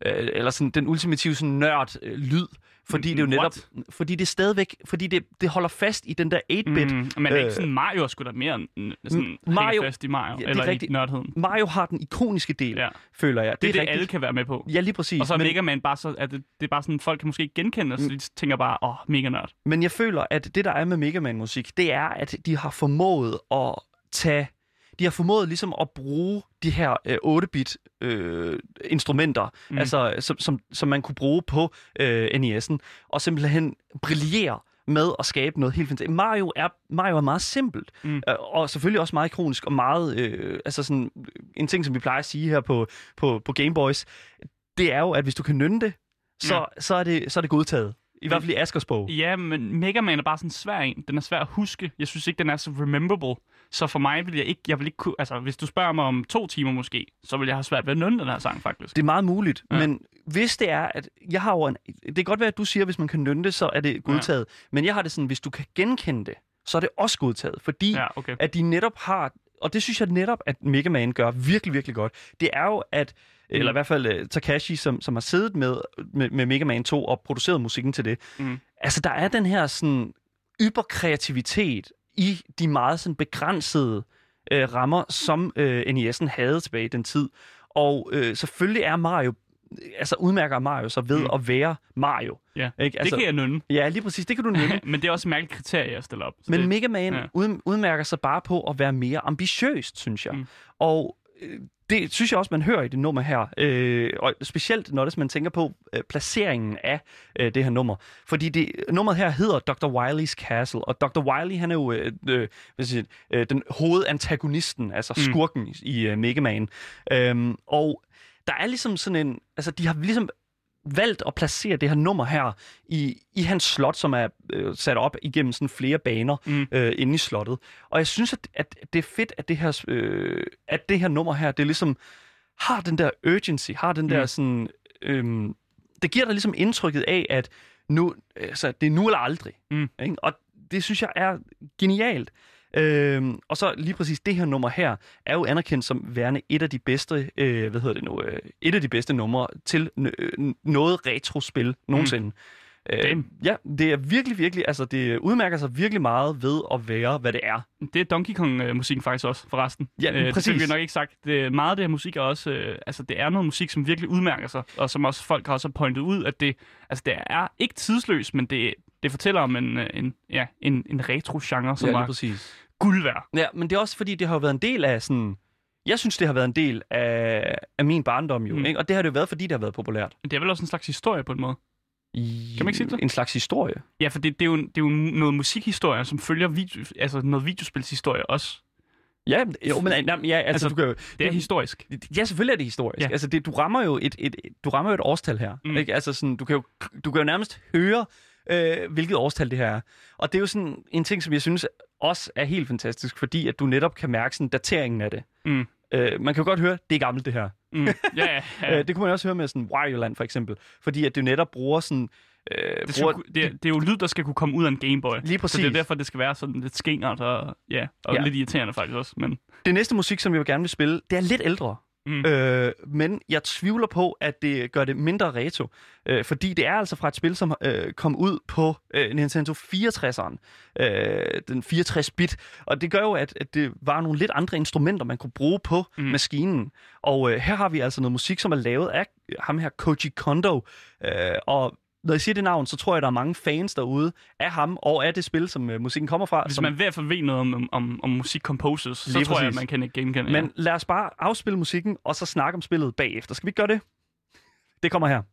S1: øh, eller sådan den ultimative sådan nørd øh, lyd, fordi det er jo netop,
S2: What?
S1: fordi det er stadigvæk, fordi det, det holder fast i den der otte-bit.
S2: Mm, men øh, ikke sådan Mario skulle da mere sådan Mario, fast i Mario,
S1: ja,
S2: eller
S1: rigtigt.
S2: i nørdheden.
S1: Mario har den ikoniske del, ja. føler jeg.
S2: Det, det er det,
S1: rigtigt.
S2: alle kan være med på.
S1: Ja, lige præcis.
S2: Og så er
S1: men,
S2: Mega Man bare så, at det, det er bare sådan, folk kan måske ikke genkende, så de tænker bare, åh, oh, mega nørd.
S1: Men jeg føler, at det, der er med Mega Man-musik, det er, at de har formået at tage... De har formået ligesom at bruge de her øh, otte-bit øh, instrumenter, mm. altså, som, som, som man kunne bruge på øh, N E S'en, og simpelthen brillere med at skabe noget helt fantastisk. Mario er, Mario er meget simpelt, mm. øh, og selvfølgelig også meget ikonisk, og meget, øh, altså sådan, en ting, som vi plejer at sige her på, på, på Game Boys, det er jo, at hvis du kan nynne det, så, ja. så, er, det, så er det godtaget. I hvert fald i Askers bog.
S2: Ja, men Mega Man er bare sådan svær en. Den er svær at huske. Jeg synes ikke, den er så rememberable. Så for mig vil jeg ikke, jeg vil ikke kunne, altså hvis du spørger mig om to timer måske, så vil jeg have svært ved at nynne den her sang faktisk.
S1: Det er meget muligt, ja. Men hvis det er, at jeg har jo en, det kan godt være, at du siger, at hvis man kan nynne det, så er det godtaget. Ja. Men jeg har det sådan, hvis du kan genkende det, så er det også godtaget. Fordi ja, okay. at de netop har, og det synes jeg netop, at Mega Man gør virkelig, virkelig godt, det er jo, at Mm. eller i hvert fald uh, Takashi, som, som har siddet med, med, med Mega Man to og produceret musikken til det. Mm. Altså, der er den her sådan yberkreativitet i de meget sådan begrænsede uh, rammer, som uh, N E S'en havde tilbage i den tid. Og uh, selvfølgelig er Mario, altså udmærker Mario så ved mm. at være Mario.
S2: Ja,
S1: ikke? Altså,
S2: det kan jeg nynne.
S1: Ja, lige præcis, det kan du nynne.
S2: Men det er også et mærkeligt kriterie at stille op.
S1: Men
S2: det,
S1: Mega Man ja. ud, udmærker sig bare på at være mere ambitiøst, synes jeg. Mm. Og øh, det synes jeg også, man hører i det nummer her. Øh, og specielt, når det, man tænker på øh, placeringen af øh, det her nummer. Fordi det, nummeret her hedder doktor Wily's Castle. Og doktor Wily, han er jo øh, øh, hvad siger, øh, den hovedantagonisten, altså skurken mm. i øh, Mega Man. Øhm, og der er ligesom sådan en... Altså, de har ligesom valgt at placere det her nummer her i, i hans slot, som er øh, sat op igennem sådan flere baner mm. øh, inde i slottet. Og jeg synes, at, at det er fedt, at det her, øh, at det her nummer her, det ligesom har den der urgency, har den mm. der sådan... Øh, det giver dig ligesom indtrykket af, at nu, altså, det er nu eller aldrig. Mm. Ikke? Og det synes jeg er genialt. Øhm, og så lige præcis det her nummer her er jo anerkendt som værende et af de bedste, øh, hvad hedder det nu, øh, et af de bedste numre til n- noget retrospil nogensinde. Mm. Øh, ja, det er virkelig, virkelig, altså det udmærker sig virkelig meget ved at være, hvad det er.
S2: Det er Donkey Kong-musikken faktisk også, forresten.
S1: Ja,
S2: øh,
S1: præcis.
S2: Det fik vi nok ikke sagt. Det, meget af det her musik er også, øh, altså det er noget musik, som virkelig udmærker sig, og som også folk har også pointet ud, at det, altså det er ikke tidsløst, men det, det fortæller om en, en, ja, en, en retro-genre, som
S1: ja,
S2: var
S1: præcis.
S2: guld værd.
S1: Ja, men det er også fordi, det har jo været en del af sådan... Jeg synes, det har været en del af, af min barndom jo, mm. ikke? Og det har det jo været, fordi det har været populært.
S2: Det er vel også en slags historie på en måde.
S1: I...
S2: Kan man ikke sige det?
S1: En slags historie?
S2: Ja, for det, det, er, jo, det er jo noget musikhistorie, som følger video, altså noget videospilshistorie også.
S1: Ja, jo, men jamen, ja, altså, altså du kan jo,
S2: det er historisk.
S1: Ja, selvfølgelig er det historisk. Ja. Altså, det, du rammer jo et, et, et, du rammer jo et årstal her. Mm. Ikke? Altså, sådan, du, kan jo, du kan jo nærmest høre, øh, hvilket årstal det her er. Og det er jo sådan en ting, som jeg synes også er helt fantastisk, fordi at du netop kan mærke sådan dateringen af det. Mm. Øh, man kan jo godt høre, det er gammelt det her.
S2: Mm. Ja, ja, ja.
S1: Det kunne man også høre med sådan Wario Land for eksempel, fordi at det netop bruger sådan... Øh,
S2: det,
S1: bruger...
S2: det, er, det er jo lyd, der skal kunne komme ud af en Gameboy.
S1: Lige præcis.
S2: Så det er derfor, det skal være sådan lidt skingert og, ja, og ja. lidt irriterende faktisk også. Men...
S1: Det næste musik, som jeg gerne vil spille, det er lidt ældre. Mm. Øh, men jeg tvivler på, at det gør det mindre retro. Øh, fordi det er altså fra et spil, som øh, kom ud på øh, Nintendo fireogtresseren. Øh, den fireogtres-bit. Og det gør jo, at, at det var nogle lidt andre instrumenter, man kunne bruge på mm. maskinen. Og øh, her har vi altså noget musik, som er lavet af ham her, Koji Kondo. Øh, og når jeg siger det navn, så tror jeg, der er mange fans derude af ham og af det spil, som uh, musikken kommer fra.
S2: Hvis
S1: som...
S2: man i hvert fald ved noget om, om, om musikcomposers, så tror jeg, at man kan ikke genkende.
S1: Men ja. Lad os bare afspille musikken, og så snakke om spillet bagefter. Skal vi ikke gøre det? Det kommer her.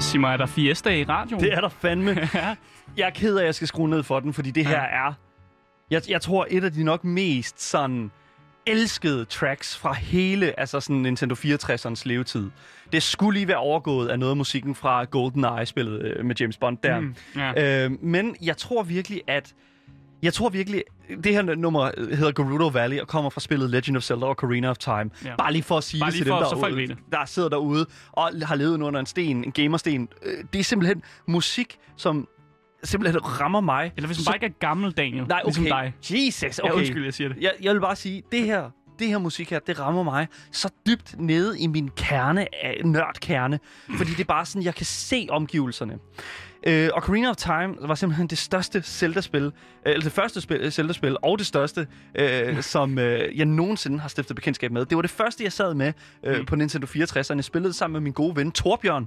S2: Sig mig, er der Fiesta i radioen?
S1: Det er der fandme. Jeg er ked af, at jeg skal skrue ned for den, fordi det her er... Jeg, jeg tror, et af de nok mest sådan elskede tracks fra hele altså sådan Nintendo fireogtreds'ernes levetid. Det skulle lige være overgået af noget af musikken fra GoldenEye-spillet øh, med James Bond der. Mm, yeah. øh, men jeg tror virkelig, at... Jeg tror virkelig, det her nummer hedder Gerudo Valley og kommer fra spillet Legend of Zelda og Ocarina of Time. Ja. Bare lige for at sige
S2: Bare
S1: det til
S2: dem,
S1: der,
S2: derude,
S1: der sidder derude og har levet under en sten, en gamersten. Det er simpelthen musik, som simpelthen rammer mig.
S2: Eller hvis man bare ikke er gammel, Daniel.
S1: Nej, okay.
S2: Ligesom dig.
S1: Jesus, okay.
S2: Ja, undskyld, jeg siger det.
S1: Jeg, jeg vil bare sige, det her, det her musik her, det rammer mig så dybt nede i min kerne, nørdkerne. Fordi det er bare sådan, jeg kan se omgivelserne. Uh, Ocarina of Time var simpelthen det største Zelda-spil, uh, eller det første spil, Zelda-spil, og det største, uh, som uh, jeg nogensinde har stiftet bekendtskab med. Det var det første, jeg sad med uh, mm. på Nintendo fireogtredseren. Jeg spillede sammen med min gode ven, Torbjørn.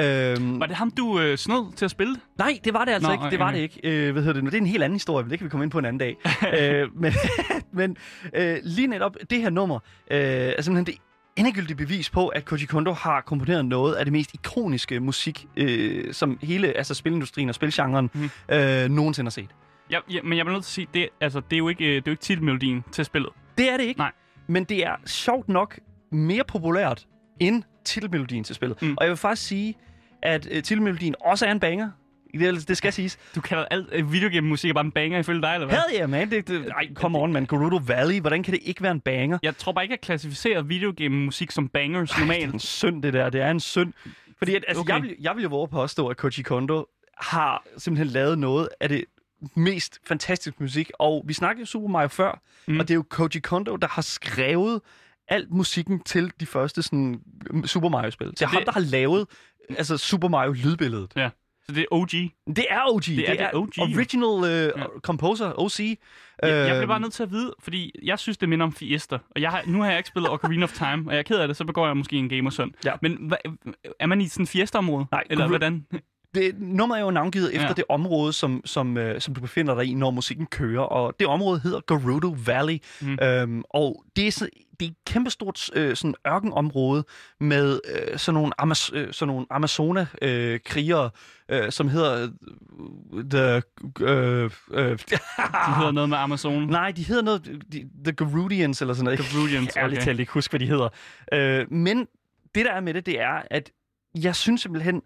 S1: Uh,
S2: var det ham, du uh, snød til at spille?
S1: Nej, det var det altså
S2: Nå,
S1: ikke. Det
S2: okay.
S1: var det ikke. Uh, hvad hedder det nu? Det er en helt anden historie, men det kan vi komme ind på en anden dag. uh, men men uh, lige netop det her nummer uh, er simpelthen det endegyldigt bevis på, at Koji Kondo har komponeret noget af det mest ikoniske musik, øh, som hele altså spilindustrien og spilgenren mm. øh, nogensinde har set.
S2: Ja, ja, men jeg bliver nødt til at sige, det, altså, det er jo ikke, det er jo ikke titelmelodien til spillet.
S1: Det er det ikke.
S2: Nej. Men
S1: det er sjovt nok mere populært end titelmelodien til spillet. Mm. Og jeg vil faktisk sige, at øh, titelmelodien også er en banger. Det, det skal siges.
S2: Du kalder alt videogame-musik bare en banger ifølge dig, eller hvad?
S1: Hell yeah, man. Det, det, ej, come on, man. Gerudo Valley. Hvordan kan det ikke være en banger?
S2: Jeg tror bare ikke, at klassificere videogame-musik som bangers normalt.
S1: Det er en synd, det der. Det er en synd. Fordi at, altså, okay. jeg, vil, jeg vil jo våge påstå, at Koji Kondo har simpelthen lavet noget af det mest fantastiske musik. Og vi snakkede jo Super Mario før, mm. og det er jo Koji Kondo, der har skrevet alt musikken til de første sådan, Super Mario-spil. Det er det... ham, der har lavet altså, Super Mario-lydbilledet.
S2: Ja. Så det er O G?
S1: Det er O G.
S2: Det er, det er O G.
S1: Original uh, ja. Composer, O C.
S2: Jeg, jeg bliver bare nødt til at vide, fordi jeg synes, det minder om Fiesta. Og jeg har, nu har jeg ikke spillet Ocarina of Time, og jeg er ked af det, så begår jeg måske en gamersøn. Ja. Men hva, er man i sådan en Fiesta-område?
S1: Nej.
S2: Eller hvordan?
S1: Det, nummeret er jo navngivet efter ja. det område, som, som, uh, som du befinder dig i, når musikken kører. Og det område hedder Gerudo Valley. Mm. Øhm, og det er, så, det er et kæmpestort øh, sådan ørkenområde med øh, sådan nogle, Amaz- øh, sådan nogle Amazona-krigere, øh, øh, som hedder... The, øh, øh,
S2: de hedder noget med Amazon?
S1: Nej, de hedder noget... De, the Gerudians eller sådan noget.
S2: Gerudians, okay.
S1: Ærligt talt ikke huske, hvad de hedder. Øh, men det, der er med det, det er, at jeg synes simpelthen,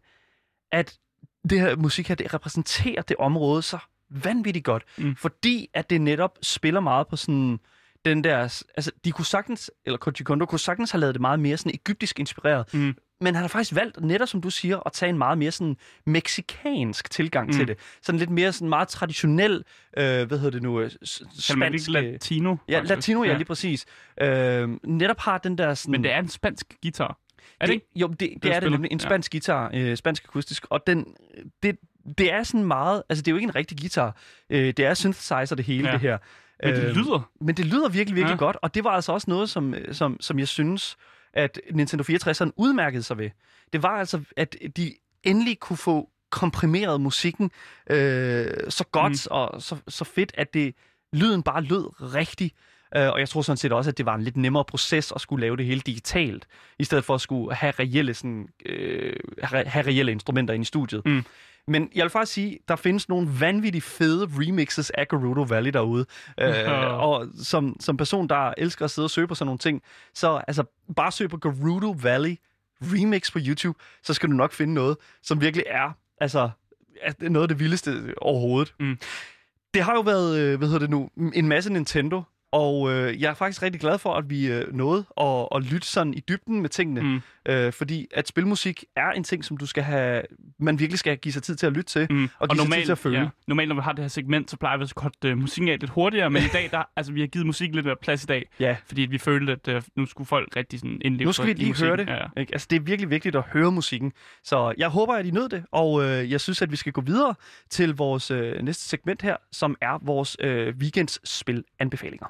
S1: at det her musik her, det repræsenterer det område så vanvittigt godt. Mm. Fordi at det netop spiller meget på sådan... Den der, altså, de kunne sagtens, eller Koji Kondo kunne sagtens have lavet det meget mere sådan egyptisk inspireret, mm. men han har faktisk valgt, netop som du siger, at tage en meget mere sådan meksikansk tilgang mm. til det. Sådan lidt mere sådan meget traditionel, øh, hvad hedder det nu, spansk...
S2: Latino?
S1: Ja, faktisk. Latino, ja, lige præcis. Øh, netop har den der sådan...
S2: Men det er en spansk guitar. Er det,
S1: det Jo, det, det, det er det nemlig. En spansk ja. guitar, øh, spansk akustisk, og den... Det, det er sådan meget... Altså, det er jo ikke en rigtig guitar. Øh, det er synthesizer, det hele, ja. det her.
S2: Men det lyder.
S1: Øh, men det lyder virkelig, virkelig ja. godt, og det var altså også noget, som, som, som jeg synes, at Nintendo fireogtredseren udmærkede sig ved. Det var altså, at de endelig kunne få komprimeret musikken øh, så godt mm. og så, så fedt, at det lyden bare lød rigtig. Øh, og jeg tror sådan set også, at det var en lidt nemmere proces at skulle lave det hele digitalt, i stedet for at skulle have reelle, sådan, øh, have reelle instrumenter ind i studiet. Mm. Men jeg vil faktisk sige, der findes nogle vanvittigt fede remixes af Gerudo Valley derude. øh, og som, som person, der elsker at sidde og søge på sådan nogle ting, så altså, bare søg på Gerudo Valley remix på YouTube, så skal du nok finde noget, som virkelig er, altså, er noget af det vildeste overhovedet. Mm. Det har jo været, hvad hedder det nu, en masse Nintendo, og øh, jeg er faktisk rigtig glad for, at vi øh, nåede at, at lytte sådan i dybden med tingene. Mm. Øh, fordi at spilmusik er en ting, som du skal have, man virkelig skal give sig tid til at lytte til, mm. og, og give normalt, sig tid til at føle. Ja.
S2: Normalt, når vi har det her segment, så plejer vi at korte uh, musikken af lidt hurtigere, men i dag, der, altså, vi har givet musikken lidt mere plads i dag, ja. fordi vi følte, at uh, nu skulle folk rigtig sådan indleve.
S1: Nu skal vi lige musikken. høre det. Ja, ja. Altså, det er virkelig vigtigt at høre musikken. Så jeg håber, at I nød det, og øh, jeg synes, at vi skal gå videre til vores øh, næste segment her, som er vores øh, weekends spil-anbefalinger.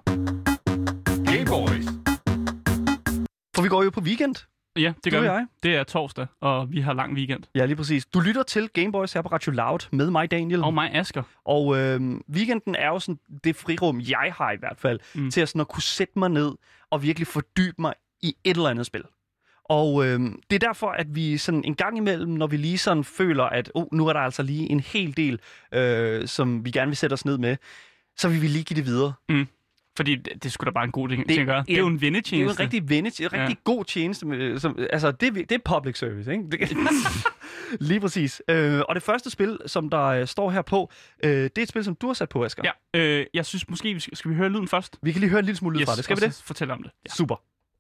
S3: Boys.
S1: For vi går jo på weekend.
S2: Ja, det gør
S1: du
S2: vi.
S1: Jeg.
S2: Det er torsdag, og vi har lang weekend.
S1: Ja, lige præcis. Du lytter til Gameboys her på Radio Loud med mig, Daniel.
S2: Og mig, Asger.
S1: Og øh, weekenden er jo sådan det frirum, jeg har i hvert fald, mm. til at, sådan at kunne sætte mig ned og virkelig fordybe mig i et eller andet spil. Og øh, det er derfor, at vi sådan en gang imellem, når vi lige sådan føler, at oh, nu er der altså lige en hel del, øh, som vi gerne vil sætte os ned med, så vil vi lige give det videre.
S2: Mm. Fordi det, det skulle da bare en god ting, det, at gøre. Det er jo en vennetjeneste.
S1: Det er jo en rigtig vennetjeneste, en rigtig ja. god tjeneste. Med, som, altså, det, det er public service, ikke? Det, lige præcis. Øh, og det første spil, som der øh, står her på, øh, det er et spil, som du har sat på, Asger.
S2: Ja, øh, jeg synes måske, vi skal, skal vi høre lyden først?
S1: Vi kan lige høre en lille smule lyd
S2: yes,
S1: fra det. Skal vi det?
S2: Fortæl om det.
S1: Ja. Super.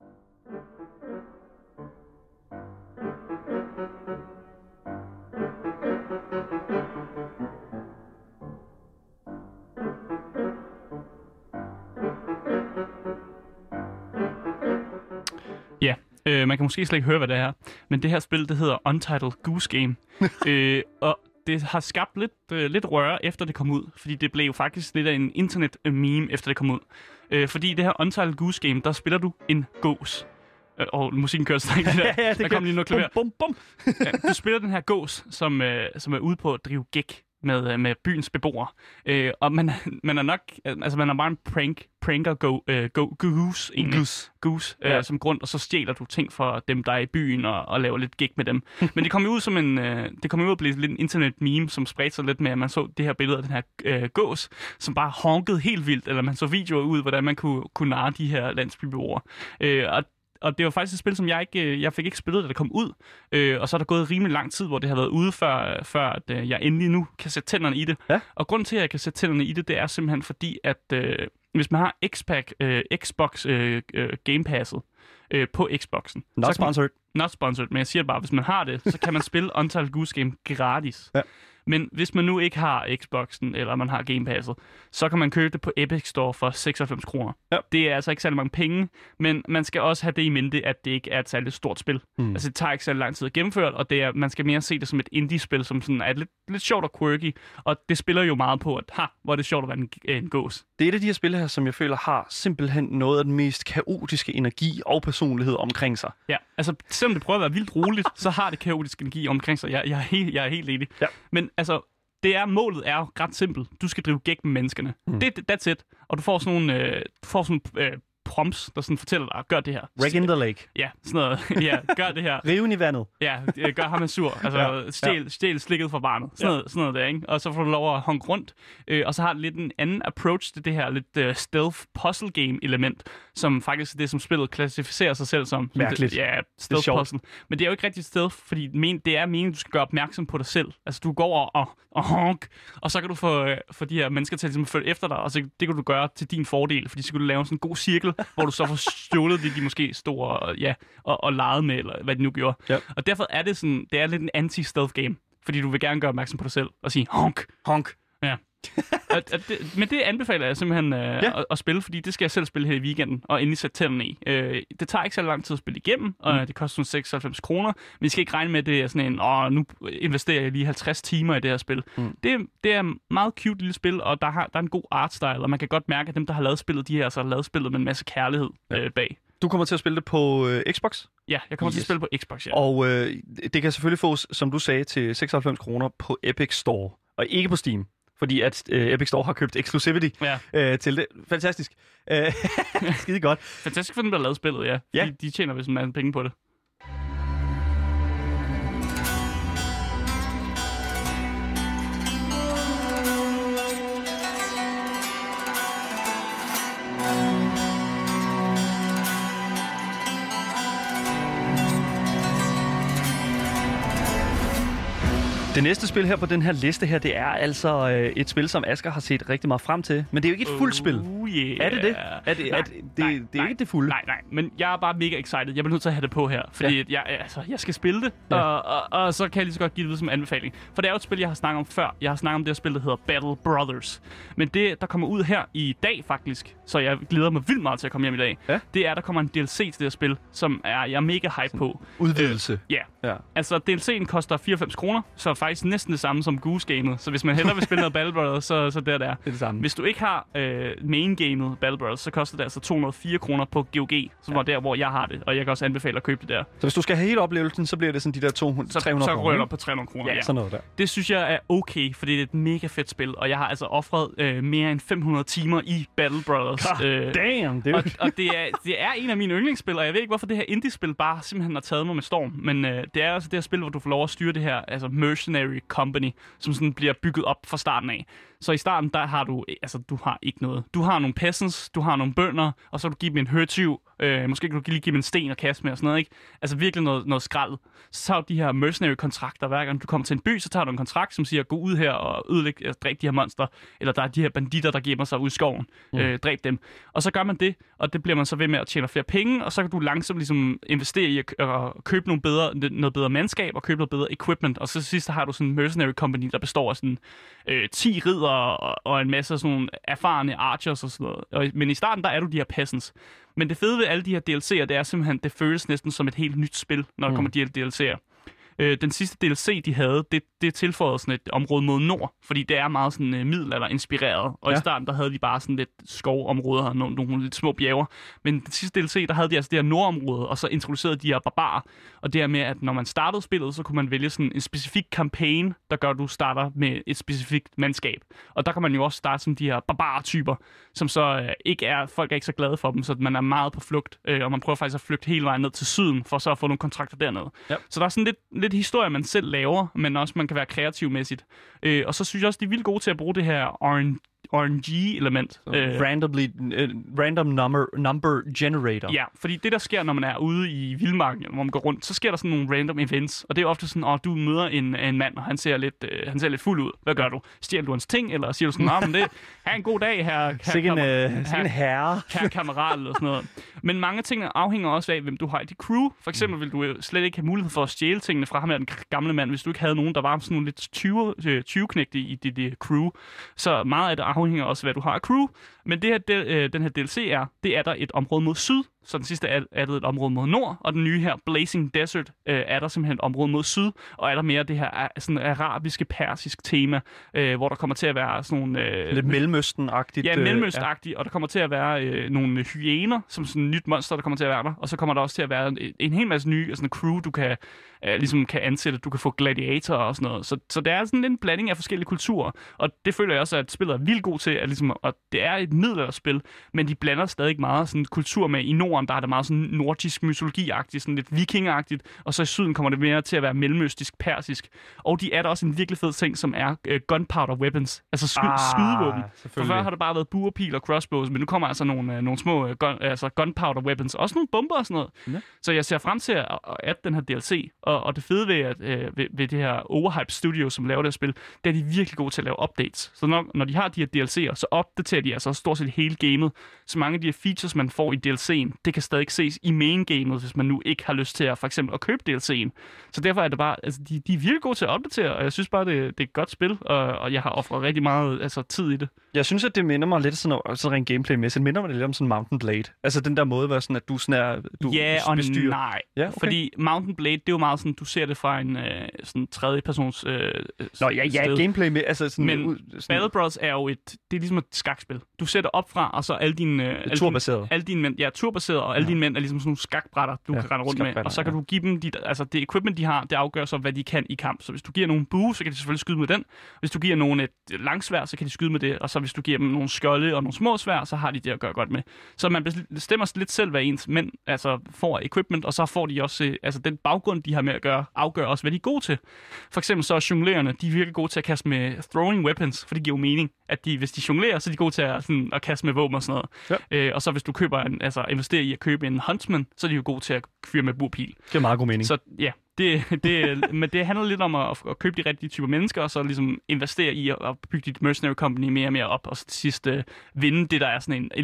S2: Ja, øh, man kan måske slet ikke høre, hvad det er, men det her spil, det hedder Untitled Goose Game, øh, og det har skabt lidt, øh, lidt røre, efter det kom ud, fordi det blev faktisk lidt af en internet-meme, efter det kom ud. Øh, fordi det her Untitled Goose Game, der spiller du en gås. Øh, og musikken kører stadig der.
S1: Ja, det
S2: der kom lige noget klaver.
S1: Bum, bum, bum.
S2: Ja, du spiller den her gås, som, øh, som er ude på at drive gæk med, med byens beboere. Øh, og man, man er nok, altså man er bare en prank, pranker go, uh, go, goose, egentlig.
S1: Goose.
S2: Goose,
S1: Ja.
S2: øh, som grund, og så stjæler du ting fra dem, der er i byen, og, og laver lidt gæk med dem. Men det kom jo ud som en, øh, det kom jo ud at blive lidt en internet-meme, som spredte sig lidt med, at man så det her billede af den her øh, gås, som bare honkede helt vildt, eller man så videoer ud, hvordan man kunne, kunne narre de her landsbybeboere. Øh, og Og det var faktisk et spil, som jeg ikke jeg fik ikke spillet, da det kom ud. Øh, og så er der gået rimelig lang tid, hvor det har været ude, før, før at, øh, jeg endelig nu kan sætte tænderne i det.
S1: Ja.
S2: Og grunden til, at jeg kan sætte tænderne i det, det er simpelthen fordi, at øh, hvis man har X-Pack, øh, Xbox øh, øh, Game Passet øh, på Xboxen.
S1: Not sponsored.
S2: Not sponsored, men jeg siger bare, hvis man har det, så kan man spille Untitled Goose Game gratis.
S1: Ja.
S2: Men hvis man nu ikke har Xboxen, eller man har Game Passet, så kan man købe det på Epic Store for seksoghalvfems kroner.
S1: Ja.
S2: Det er altså ikke særlig mange penge, men man skal også have det i mente, at det ikke er et særligt stort spil.
S1: Mm.
S2: Altså det tager ikke særlig lang tid at gennemføre, og det er, man skal mere se det som et indie-spil, som sådan er lidt, lidt sjovt og quirky, og det spiller jo meget på, at ha, hvor er det sjovt at være en, en gås.
S1: Det er et af de her spil her, som jeg føler har simpelthen noget af den mest kaotiske energi og personlighed omkring sig.
S2: Ja, altså selvom det prøver at være vildt roligt, så har det kaotisk energi omkring sig. Jeg, jeg, er, helt, jeg er helt enig.
S1: Ja.
S2: Men altså, det er, målet er jo ret simpelt. Du skal drive gæk med menneskene. Mm. Det, that's it. Og du får sådan nogle, øh, du får sådan øh, prompts, der sådan fortæller dig, gør det her.
S1: Wreck in the lake.
S2: Ja, sådan noget. Ja, gør det her.
S1: Riven i vandet.
S2: Ja, gør ham en sur. Altså,
S1: Ja,
S2: stjæl,
S1: ja.
S2: stjæl slikket fra barnet. Sådan,
S1: Ja.
S2: noget, sådan noget der, ikke? Og så får du lov at honke rundt. Øh, og så har det lidt en anden approach til det her lidt uh, stealth puzzle game element, som faktisk er det, som spillet klassificerer sig selv som.
S1: Mærkeligt.
S2: Det, ja, stealth
S1: sjovt.
S2: puzzle. Men det er jo ikke rigtig stealth, fordi men, det er meningen, du skal gøre opmærksom på dig selv. Altså, du går over og, og honk, og så kan du få, øh, få de her mennesker til at ligesom, følge efter dig, og så, det kan du gøre til din fordel, fordi så kan du lave sådan en god cirkel, hvor du så får stjålet det, de måske stod og, ja, og, og legede med, eller hvad de nu gjorde.
S1: Ja.
S2: Og derfor er det sådan, det er lidt en anti-stealth game, fordi du vil gerne gøre opmærksom på dig selv og sige honk.
S1: Honk.
S2: Ja. at, at det, men det anbefaler jeg simpelthen øh, ja. at, at spille, fordi det skal jeg selv spille her i weekenden, og endelig sætte tænderne i. Øh, det tager ikke så lang tid at spille igennem, og mm. det koster sådan seksoghalvfems kroner, men I skal ikke regne med, at det er sådan en, åh, nu investerer jeg lige halvtreds timer i det her spil. Mm. Det, det er et meget cute lille spil, og der, har, der er en god artstyle, og man kan godt mærke, at dem, der har lavet spillet, de her, så har lavet spillet med en masse kærlighed ja. øh, bag.
S1: Du kommer til at spille det på øh, Xbox?
S2: Ja, jeg kommer yes. til at spille på Xbox, ja.
S1: Og øh, det kan selvfølgelig fås, som du sagde, til seksoghalvfems kroner på Epic Store, og ikke på Steam. Fordi at øh, Epic Store har købt exclusivity
S2: ja.
S1: øh, til det. Fantastisk. Øh, skide godt.
S2: Fantastisk for dem, der har lavet spillet, ja.
S1: ja.
S2: De, de tjener vist en masse penge på det.
S1: Det næste spil her på den her liste her, det er altså øh, et spil, som Asger har set rigtig meget frem til. Men det er jo ikke et fuldt spil.
S2: Oh, yeah.
S1: Er det det? Er det,
S2: nej,
S1: er det, det,
S2: nej,
S1: det er
S2: nej,
S1: ikke det fulde?
S2: Nej, nej, men jeg er bare mega excited. Jeg bliver nødt til at have det på her, fordi ja. jeg, altså, jeg skal spille det, ja. og, og, og så kan jeg lige så godt give det som anbefaling. For det er jo et spil, jeg har snakket om før. Jeg har snakket om det her spil, der hedder Battle Brothers. Men det, der kommer ud her i dag faktisk, så jeg glæder mig vildt meget til at komme hjem i dag,
S1: ja.
S2: det er, at der kommer en D L C til det her spil, som er jeg er mega hype på.
S1: Udvidelse.
S2: Ja.
S1: ja.
S2: Altså, D L C'en koster fireoghalvfems kroner, så faktisk næsten det samme som Goose-gamet. Så hvis man hellere vil spille noget Battle Brothers, så, så der der.
S1: Det er det samme.
S2: Hvis du ikke har øh, main-gamet Battle Brothers, så koster det altså to hundrede og fire kroner på G O G, som ja. var der, hvor jeg har det. Og jeg kan også anbefale at købe det der.
S1: Så hvis du skal have hele oplevelsen, så bliver det sådan de der to hundrede,
S2: så,
S1: tre hundrede
S2: så
S1: kroner. Så
S2: rører du på tre hundrede kroner.
S1: Ja,
S2: ja,
S1: sådan noget der.
S2: Det synes jeg er okay, fordi det er et mega fedt spil. Og jeg har altså offret øh, mere end fem hundrede timer i Battle Brothers.
S1: God
S2: øh,
S1: damn, dude.
S2: og, og det, er, det er en af mine yndlingsspil, og jeg ved ikke, hvorfor det her indie-spil bare simpelthen har taget mig med storm. Men øh, det er altså det her spil, hvor du får lov at styre det her altså mercenary company, som sådan bliver bygget op fra starten af. Så i starten, der har du, altså du har ikke noget. Du har nogle peasants, du har nogle bønder, og så kan du give dem en hørtyv. Øh, måske kan du lige give dem en sten og kaste med og sådan noget, ikke? Altså virkelig noget, noget skrald. Så tager du de her mercenary-kontrakter. Hver gang du kommer til en by, så tager du en kontrakt, som siger, gå ud her og ødelæg, altså, dræb de her monster. Eller der er de her banditter, der gemmer sig ud i skoven. Mm. Øh, dræb dem. Og så gør man det, og det bliver man så ved med at tjene flere penge, og så kan du langsomt ligesom investere i at, at købe nogle bedre, noget bedre mandskab og købe noget bedre equipment. Og så til sidst har du sådan en mercenary company, der består af sådan øh, ti riddere og, og en masse sådan nogle erfarne archers og sådan noget. Og, men i starten, der er du de her peasants. Men det fede ved alle de her D L C'er, det er simpelthen, det føles næsten som et helt nyt spil, når der mm. kommer de her D L C'er. Øh, den sidste D L C, de havde, det, det tilføjede sådan et område mod nord, fordi det er meget sådan uh, middelalder-inspireret. Og ja. i starten, der havde de bare sådan lidt skovområder og nogle, nogle lidt små bjerge. Men den sidste D L C, der havde de altså det her nordområde, og så introducerede de her barbarer. Og det er med, at når man startede spillet, så kunne man vælge sådan en specifik kampagne, der gør, at du starter med et specifikt mandskab. Og der kan man jo også starte som de her barbarer-typer, som så uh, ikke er, folk er ikke så glade for dem, så man er meget på flugt. Uh, og man prøver faktisk at flygte hele vejen ned til syden, for så at få nogle kontrakter dernede. Ja. Så der er sådan lidt lidt historie, man selv laver, men også man kan være kreativmæssigt. Øh, og så synes jeg også, de er vildt gode til at bruge det her R N G-element.
S1: Øh, randomly, uh, random number, number generator.
S2: Ja, fordi det, der sker, når man er ude i vildmarken, hvor man går rundt, så sker der sådan nogle random events. Og det er ofte sådan, at du møder en, en mand, og han ser, lidt, øh, han ser lidt fuld ud. Hvad gør du? Stjæler du hans ting, eller siger du sådan, nej, men det er en god dag, her, her,
S1: sikke en,
S2: her,
S1: øh, her, en herre.
S2: her kammerat, eller sådan noget. Men mange ting afhænger også af, hvem du har i dit crew. For eksempel vil du slet ikke have mulighed for at stjæle tingene fra ham her, den gamle mand, hvis du ikke havde nogen, der var sådan nogle lidt tyveknægte i dit, dit crew. Så meget af det afhænger også af, hvad du har af crew. Men det her, det, øh, den her D L C er, det er der et område mod syd, så den sidste er, er der et område mod nord, og den nye her, Blazing Desert, øh, er der simpelthen et område mod syd, og er der mere det her sådan arabiske, persisk tema, øh, hvor der kommer til at være sådan nogle... Øh,
S1: Lidt Mellemøsten-agtigt.
S2: Ja, Mellemøsten-agtigt, ja. Og der kommer til at være øh, nogle hyæner, som sådan et nyt monster, der kommer til at være der, og så kommer der også til at være en, en hel masse nye sådan crew, du kan, øh, ligesom kan ansætte, du kan få gladiatorer og sådan noget. Så, så det er sådan en blanding af forskellige kulturer, og det føler jeg også, at spillet er vildt god til, at ligesom, og det er et middelalderspil, men de blander stadig meget sådan kultur med. I Norden, der er det meget sådan nordisk mytologi-agtigt, sådan lidt vikingeragtigt, og så i syden kommer det mere til at være mellemøstisk, persisk. Og de er der også en virkelig fed ting, som er uh, gunpowder weapons, altså sky- ah, skydevåben. For før har det bare været buerpil og crossbows, men nu kommer altså nogle, uh, nogle små uh, gun, altså gunpowder weapons, også nogle bomber og sådan noget. Ja. Så jeg ser frem til at, at adde den her D L C, og, og det fede ved, at, uh, ved, ved det her Overhype Studio, som laver det her spil, det er de virkelig gode til at lave updates. Så når, når de har de her D L C'er, så opdaterer de altså stort set hele gamet. Så mange af de her features, man får i D L C'en, det kan stadig ses i main-gamet, hvis man nu ikke har lyst til at for eksempel at købe D L C'en. Så derfor er det bare, altså de, de er virkelig gode til at opdatere, og jeg synes bare, det, det er et godt spil, og, og jeg har offret rigtig meget altså, tid i det.
S1: Jeg synes, at det minder mig lidt sådan, sådan rent gameplay-mæssigt. Det minder mig lidt om sådan Mountain Blade. Altså den der måde, hvor sådan, at du sådan er, du
S2: ja, og
S1: bestyrer.
S2: nej.
S1: Ja, okay.
S2: Fordi Mountain Blade, det er jo meget sådan, du ser det fra en øh, sådan tredje persons øh,
S1: Nå, ja, ja,
S2: sted.
S1: gameplay med, altså sådan...
S2: Men
S1: ud, sådan
S2: Battle Bros er jo et, det er ligesom et skakspil. Du sætter op fra, og så alle dine... Øh, alle
S1: turbaseret.
S2: Dine, alle dine mænd, ja, turbaseret, og alle ja. dine mænd er ligesom sådan nogle skakbrætter, du ja, kan rende rundt med. Og så kan ja. du give dem, de, altså det equipment, de har, det afgør så, hvad de kan i kamp. Så hvis du giver nogen bue, så kan de selvfølgelig skyde med den. Hvis du giver nogen et langsværd, så kan de skyde med det. Og så hvis du giver dem nogle skjolde og nogle små sværd, så har de det at gøre godt med. Så man bestemmer lidt selv, hvad ens mænd altså, får equipment, og så får de også, altså den baggrund, de har med at gøre, afgør også, hvad de er gode til. For eksempel så er jonglererne, de er virkelig gode til at kaste med throwing weapons, for det giver jo mening, at de, hvis de jonglerer, så er de gode til at, sådan, at kaste med våben og sådan noget. Ja. Øh, og så hvis du køber en, altså investerer i at købe en huntsman, så er de jo gode til at fyre med burpil.
S1: Det er meget god mening.
S2: Så ja, det, det, men det handler lidt om at, at købe de rigtige typer mennesker, og så ligesom investere i at, at bygge dit mercenary company mere og mere op, og så til sidst uh, vinde det, der er sådan en, en late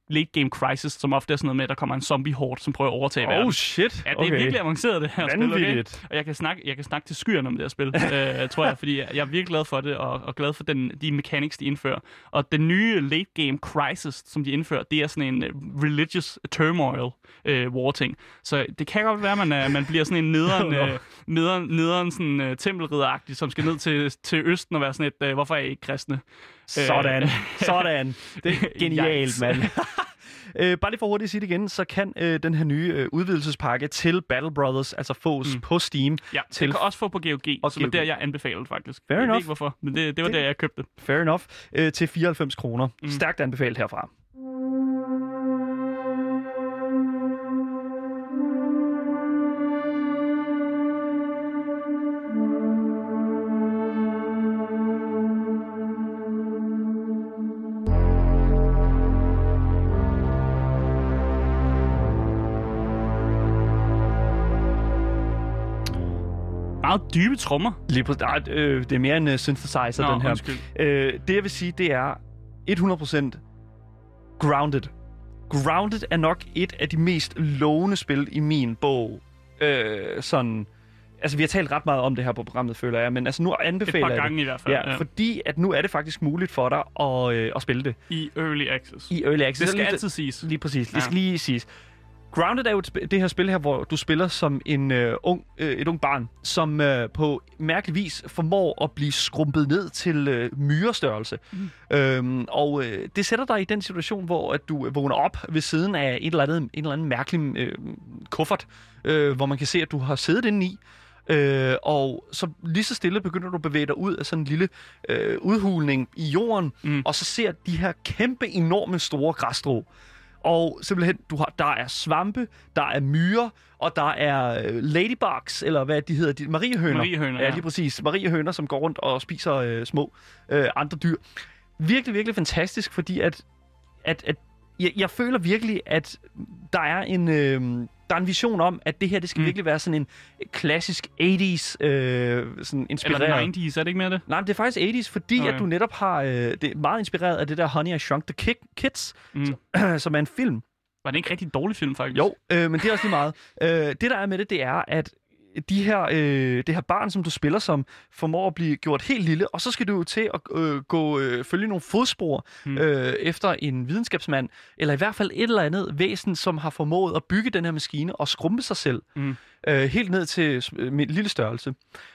S2: late game crisis, som ofte er sådan noget med, at der kommer en zombie-horde, som prøver at overtage verden.
S1: Oh shit,
S2: Ja, det
S1: okay.
S2: er virkelig avanceret, det her spil, okay?
S1: Vanvittigt.
S2: Og jeg kan snakke, jeg kan snakke til skyerne om det her spil, øh, tror jeg, fordi jeg er virkelig glad for det, og, og glad for den, de mechanics, de indfører. Og den nye late game crisis, som de indfører, det er sådan en uh, religious turmoil uh, war-ting. Så det kan godt være, at man, uh, man bliver sådan en nederen, uh, nederen, nederen sådan, uh, tempelridderagtig, som skal ned til, til Østen og være sådan et, uh, hvorfor er I ikke kristne?
S1: Sådan, sådan. Det er genialt,
S2: Yikes.
S1: mand. Øh, bare lige for hurtigt at sige det igen, så kan øh, den her nye øh, udvidelsespakke til Battle Brothers altså fås mm. på Steam.
S2: Ja,
S1: til
S2: det kan også få på G O G,
S1: og
S2: som er
S1: G O G.
S2: der, jeg anbefalede faktisk.
S1: Fair
S2: jeg
S1: enough.
S2: ved ikke hvorfor, men det, det var
S1: det...
S2: der, jeg købte.
S1: Fair enough. Øh, til fireoghalvfems kroner.
S2: Mm.
S1: Stærkt anbefalet herfra.
S2: Meget dybe trommer.
S1: Lige på, nej, øh, det er mere en uh, synthesizer,
S2: Nå,
S1: den her.
S2: undskyld.
S1: Øh, det jeg vil sige, det er hundrede procent Grounded. Grounded er nok et af de mest lovende spil i min bog. Øh, sådan... Altså, vi har talt ret meget om det her på programmet, føler jeg, men altså nu anbefaler
S2: Et par
S1: jeg
S2: gange
S1: det.
S2: i hvert fald.
S1: Ja, ja, fordi at nu er det faktisk muligt for dig at, øh, at spille det.
S2: I Early Access.
S1: I Early Access.
S2: Det skal
S1: lige,
S2: altid siges.
S1: Lige præcis. Det
S2: Ja.
S1: skal lige siges. Grounded er jo et sp- det her spil her, hvor du spiller som en øh, ung, øh, et ung barn, som øh, på mærkelig vis formår at blive skrumpet ned til øh, myrestørrelse. Mm. Øhm, og øh, det sætter dig i den situation, hvor at du vågner op ved siden af et eller andet, en eller anden mærkelig øh, kuffert, øh, hvor man kan se, at du har siddet inde i. Øh, og så lige så stille begynder du at bevæge dig ud af sådan en lille øh, udhulning i jorden, mm. og så ser de her kæmpe, enorme, store græsstrå. Og simpelthen, du har, der er svampe, der er myrer, og der er øh, ladybugs, eller hvad de hedder, de, mariehøner.
S2: Mariehøner,
S1: ja.
S2: ja.
S1: lige præcis. Mariehøner, som går rundt og spiser øh, små øh, andre dyr. Virkelig, virkelig fantastisk, fordi at, at, at jeg, jeg føler virkelig, at der er en... Øh, Der er en vision om, at det her, det skal mm. virkelig være sådan en klassisk eighties øh, sådan inspireret...
S2: Eller nineties, er det ikke mere det?
S1: Nej, men det er faktisk eighties, fordi okay. at du netop har... Øh, det er meget inspireret af det der Honey, I Shrunk the Kids, mm. som, som er en film.
S2: Var det ikke en rigtig dårlig film, faktisk?
S1: Jo, øh, men det er også lige meget. øh, det, der er med det, det er, at de her, øh, det her barn, som du spiller som, formår at blive gjort helt lille, og så skal du jo til at øh, gå øh, følge nogle fodspor mm. øh, efter en videnskabsmand, eller i hvert fald et eller andet væsen, som har formået at bygge den her maskine og skrumpe sig selv mm. øh, helt ned til øh, min lille størrelse.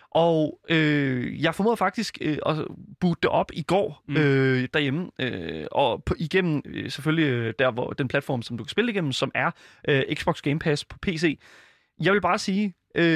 S1: Og øh, jeg formåede faktisk øh, at boote det op i går mm. øh, derhjemme, øh, og på, igennem øh, selvfølgelig øh, der, hvor den platform, som du kan spille igennem, som er øh, Xbox Game Pass på P C. Jeg vil bare sige,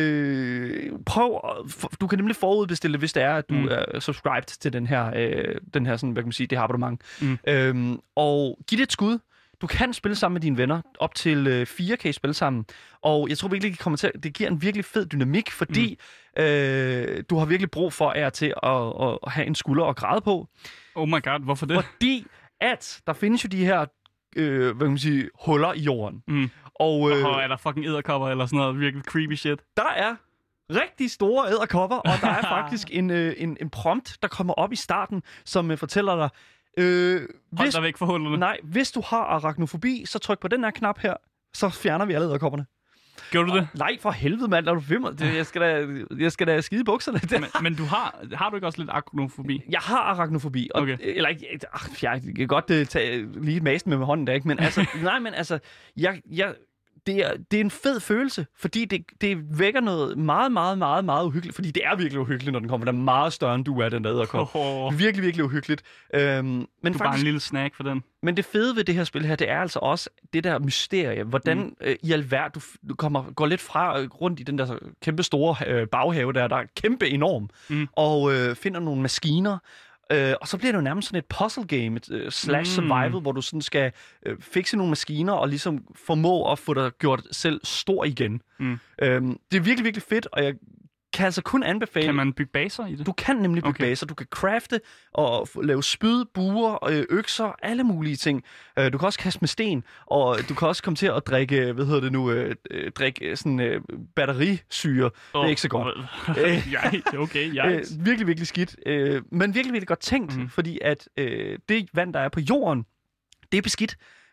S1: øh, prøv, for, du kan nemlig forudbestille, hvis det er, at du mm. er subscribed til den her, øh, den her sådan, hvad kan man sige, det her abonnement. Mm. Øhm, og giv det et skud. Du kan spille sammen med dine venner, op til øh, fire kan I spille sammen. Og jeg tror virkelig, det, kommer til, det giver en virkelig fed dynamik, fordi mm. øh, du har virkelig brug for jer til at, at, at have en skulder at græde på.
S2: Oh my god, hvorfor det?
S1: Fordi at der findes jo de her øh, hvad kan man sige, huller i jorden.
S2: Mm.
S1: Og, øh,
S2: og er der fucking edderkopper eller sådan noget virkelig creepy shit?
S1: Der er rigtig store edderkopper, og der er faktisk en, øh, en, en prompt, der kommer op i starten, som øh, fortæller dig, øh,
S2: Hold dig væk fra hullerne.
S1: Nej, hvis du har arachnofobi, så tryk på den her knap her, så fjerner vi alle edderkopperne.
S2: Gjorde du det?
S1: Og, nej, for helvede, mand. Er du ved mig? Det, jeg, skal da, jeg skal da skide i bukserne.
S2: Men, men du har, har du ikke også lidt arachnofobi?
S1: Jeg har arachnofobi. Og,
S2: okay.
S1: Eller ikke... Ach, jeg kan godt uh, tage lige et masen med, med hånden der, ikke? Men altså... nej, men altså... Jeg... jeg Det er, det er en fed følelse, fordi det, det vækker noget meget, meget, meget, meget uhyggeligt. Fordi det er virkelig uhyggeligt, når den kommer. Den er meget større, end du er, den der edderkop.
S2: Oh.
S1: Det er virkelig, virkelig uhyggeligt. Øhm, men
S2: du er
S1: faktisk,
S2: bare en lille snack for den.
S1: Men det fede ved det her spil her, det er altså også det der mysterie. Hvordan mm. øh, i alverden du, du kommer, går lidt fra øh, rundt i den der kæmpe store øh, baghave der, der er kæmpe enorm, mm. og øh, finder nogle maskiner. Uh, og så bliver det jo nærmest sådan et puzzle game, et uh, slash survival, mm. hvor du sådan skal uh, fikse nogle maskiner og ligesom formå at få dig gjort selv stor igen. Mm. Uh, det er virkelig, virkelig fedt, og jeg kan altså kun anbefale...
S2: Kan man bygge baser i det?
S1: Du kan nemlig bygge okay. baser. Du kan crafte og lave spyd, buer, økser, alle mulige ting. Uh, du kan også kaste med sten, og du kan også komme til at drikke, hvad hedder det nu, uh, drikke sådan uh, batterisyre. Oh. Det er ikke så godt.
S2: Ja, okay,
S1: uh, virkelig, virkelig skidt. Uh, men virkelig, virkelig godt tænkt, mm. fordi at uh, det vand, der er på jorden, det er beskidt.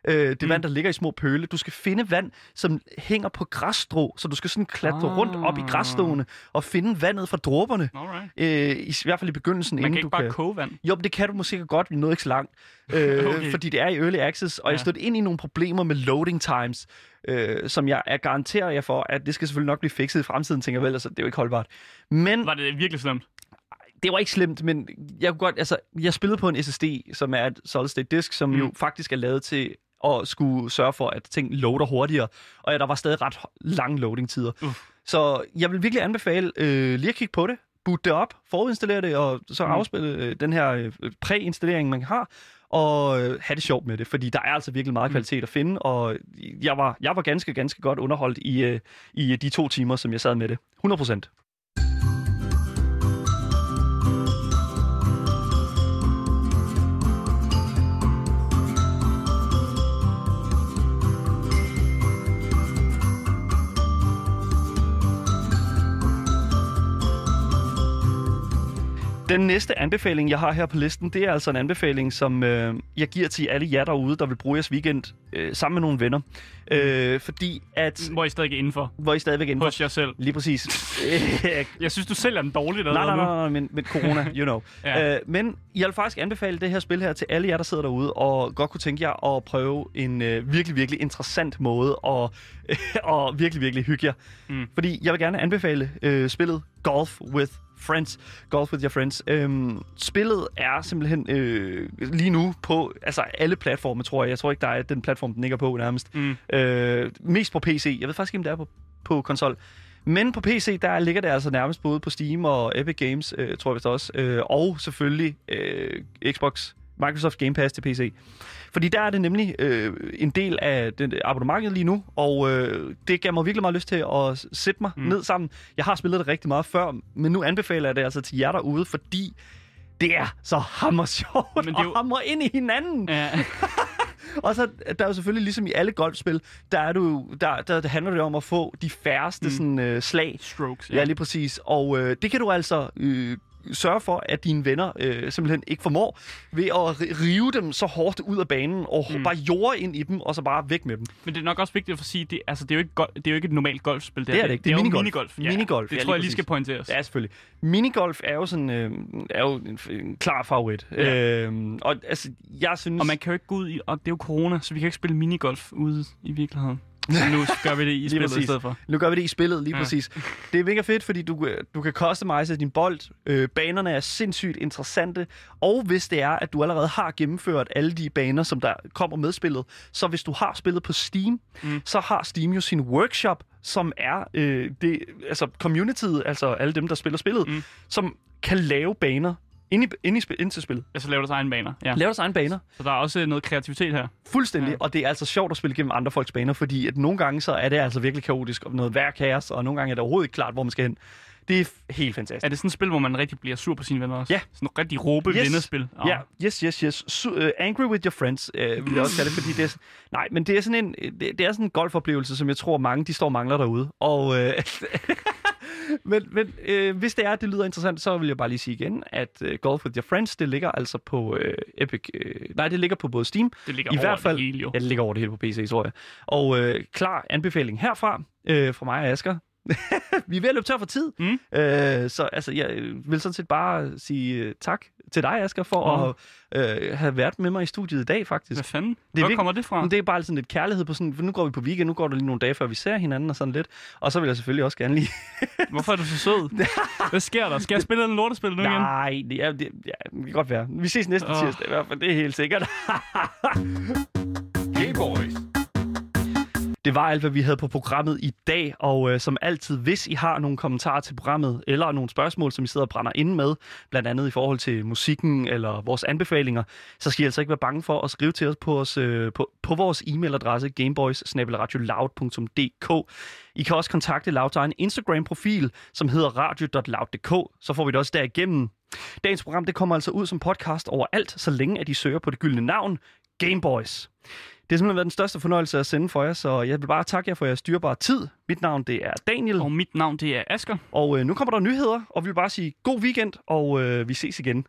S1: Øh, det
S2: Mm.
S1: vand, der ligger i små pøle. Du skal finde vand, som hænger på græsstrå, så du skal sådan klatre
S2: Ah.
S1: rundt op i græsståene og finde vandet fra dråberne.
S2: Alright.
S1: Øh, i, I hvert fald i begyndelsen,
S2: Man
S1: inden
S2: kan ikke
S1: du
S2: bare
S1: kan...
S2: koge vand.
S1: Jo, men det kan du måske godt, vi nåede ikke så langt. Øh,
S2: Okay.
S1: Fordi det er i early access, og ja. jeg stødte ind i nogle problemer med loading times, øh, som jeg er garanterer jer for, at det skal selvfølgelig nok blive fikset i fremtiden, tænker jeg vel, altså det er jo ikke holdbart. Men
S2: Var det virkelig slemt?
S1: det var ikke slemt, men jeg kunne godt, altså, jeg spillede på en S S D, som er et solid state disk, som mm. jo faktisk er lavet til at skulle sørge for, at ting loader hurtigere, og ja, der var stadig ret lange loading-tider. Uh. Så jeg vil virkelig anbefale øh, lige at kigge på det, boot det op, forudinstallere det, og så mm. afspille øh, den her øh, præinstallering, man har, og øh, have det sjovt med det, fordi der er altså virkelig meget kvalitet at finde, og jeg var, jeg var ganske, ganske godt underholdt i, øh, i de to timer, som jeg sad med det. hundrede procent. Den næste anbefaling, jeg har her på listen, det er altså en anbefaling, som øh, jeg giver til alle jer derude, der vil bruge jeres weekend øh, sammen med nogle venner. Øh, fordi at...
S2: Hvor I stadig er indenfor.
S1: Hvor I stadigvæk er indenfor.
S2: Hos jer selv.
S1: Lige præcis.
S2: Jeg synes, du sælger den dårligt.
S1: Nej, nej, nej, nej, men, men corona, you know.
S2: Ja.
S1: øh, men jeg vil faktisk anbefale det her spil her til alle jer, der sidder derude, og godt kunne tænke jer at prøve en øh, virkelig, virkelig interessant måde, og, øh, og virkelig, virkelig hygge jer. Mm. Fordi jeg vil gerne anbefale øh, spillet Golf with Friends. Golf with your friends. Øhm, spillet er simpelthen øh, lige nu på altså alle platforme, tror jeg. Jeg tror ikke, der er den platform, den ligger på nærmest. Mm. Øh, mest på P C. Jeg ved faktisk ikke, om det er på, på konsol. Men på P C, der ligger det altså nærmest både på Steam og Epic Games, øh, tror jeg vist også. Øh, og selvfølgelig øh, Xbox, Microsoft Game Pass til P C. Fordi der er det nemlig øh, en del af den abonnementet lige nu, og øh, det gav mig virkelig meget lyst til at sætte mig mm. ned sammen. Jeg har spillet det rigtig meget før, men nu anbefaler jeg det altså til jer derude, fordi det er så hammer sjovt men det er jo... og hammer ind i hinanden. Ja. Og så der er jo selvfølgelig, ligesom i alle golfspil, der, er du, der, der, der handler det om at få de færreste mm. sådan, øh, slag.
S2: Strokes,
S1: ja. Ja, lige præcis. Og øh, det kan du altså... Øh, sørge for, at dine venner øh, simpelthen ikke formår ved at rive dem så hårdt ud af banen og mm. bare jorde ind i dem, og så bare væk med dem.
S2: Men det er nok også vigtigt at sige, det, altså, det, er jo ikke go- det er jo ikke et normalt golfspil. Det,
S1: det er det ikke. Det er,
S2: det er
S1: minigolf.
S2: minigolf. Ja,
S1: minigolf.
S2: Det
S1: ja,
S2: tror jeg lige
S1: præcis.
S2: skal pointeres.
S1: Ja, selvfølgelig. Minigolf er jo sådan øh, er jo en, en klar favorit.
S2: Ja.
S1: Øhm, og altså, jeg synes...
S2: Og man kan jo ikke gå ud i... Og det er jo corona, så vi kan ikke spille minigolf ude i virkeligheden. Så nu gør vi det i spillet i stedet for.
S1: Nu gør vi det i spillet, lige
S2: ja.
S1: præcis. Det er mega fedt, fordi du, du kan customize din bold. Øh, banerne er sindssygt interessante. Og hvis det er, at du allerede har gennemført alle de baner, som der kommer med spillet, så hvis du har spillet på Steam, mm. så har Steam jo sin workshop, som er øh, det, altså communityet, altså alle dem, der spiller spillet, mm. som kan lave baner Ind, i, ind, i, ind til spillet.
S2: Altså laver deres egen baner. Ja.
S1: Laver deres egen baner.
S2: Så der er også noget kreativitet her.
S1: Fuldstændig, ja. Og det er altså sjovt at spille gennem andre folks baner, fordi at nogle gange så er det altså virkelig kaotisk, og noget værre kaos, og nogle gange er det overhovedet ikke klart, hvor man skal hen. Det er helt fantastisk.
S2: Er det sådan et spil, hvor man rigtig bliver sur på sine venner også?
S1: Ja.
S2: Sådan et rigtig råbe-vennespil?
S1: Yes. Ja, yes, yes, yes. Su- uh, angry with your friends, uh, vil jeg også kalde det, fordi det er, nej, men det er sådan en, det, det er sådan en golfoplevelse, som jeg tror mange, de står og mangler derude. Og... Uh, Men, men øh, hvis det er, det lyder interessant, så vil jeg bare lige sige igen, at øh, Golf with your friends, det ligger altså på øh, Epic. Øh, nej, det ligger på både Steam.
S2: Det ligger
S1: i
S2: over
S1: hvert fald,
S2: det hele, jo.
S1: Ja, det ligger over det hele på P C, tror jeg. Og øh, klar anbefaling herfra, øh, fra mig og Asger. Vi er ved at løbe tør for tid. Mm. Øh, så altså, jeg vil sådan set bare sige uh, tak til dig, Asger, for oh. at uh, have været med mig i studiet i dag, faktisk.
S2: Hvad fanden?
S1: Hvor
S2: Hvor kommer det fra?
S1: Det er bare sådan lidt kærlighed på sådan, for nu går vi på weekend, nu går der lige nogle dage, før vi ser hinanden og sådan lidt. Og så vil jeg selvfølgelig også gerne lige...
S2: Hvorfor er du så sød? Hvad sker der? Skal jeg spille en lortespil nu igen?
S1: Nej, det, er, det, ja, det kan godt være. Vi ses næste oh. tirsdag i hvert fald, det er helt sikkert.
S3: Hey boys.
S1: Det var alt, hvad vi havde på programmet i dag, og øh, som altid, hvis I har nogle kommentarer til programmet, eller nogle spørgsmål, som I sidder og brænder inde med, blandt andet i forhold til musikken eller vores anbefalinger, så skal I altså ikke være bange for at skrive til os på, os, øh, på, på vores e-mailadresse gameboys snabel-a radioloud punktum d k. I kan også kontakte Louds egen Instagram-profil, som hedder radio punktum loud punktum d k, så får vi det også derigennem. Dagens program det kommer altså ud som podcast overalt, så længe at I søger på det gyldne navn, Gameboys. Det har simpelthen været den største fornøjelse at sende for jer, så jeg vil bare takke jer for jeres styrbare tid. Mit navn det er Daniel.
S2: Og mit navn det er Asger.
S1: Og øh, nu kommer der nyheder, og vi vil bare sige god weekend, og øh, vi ses igen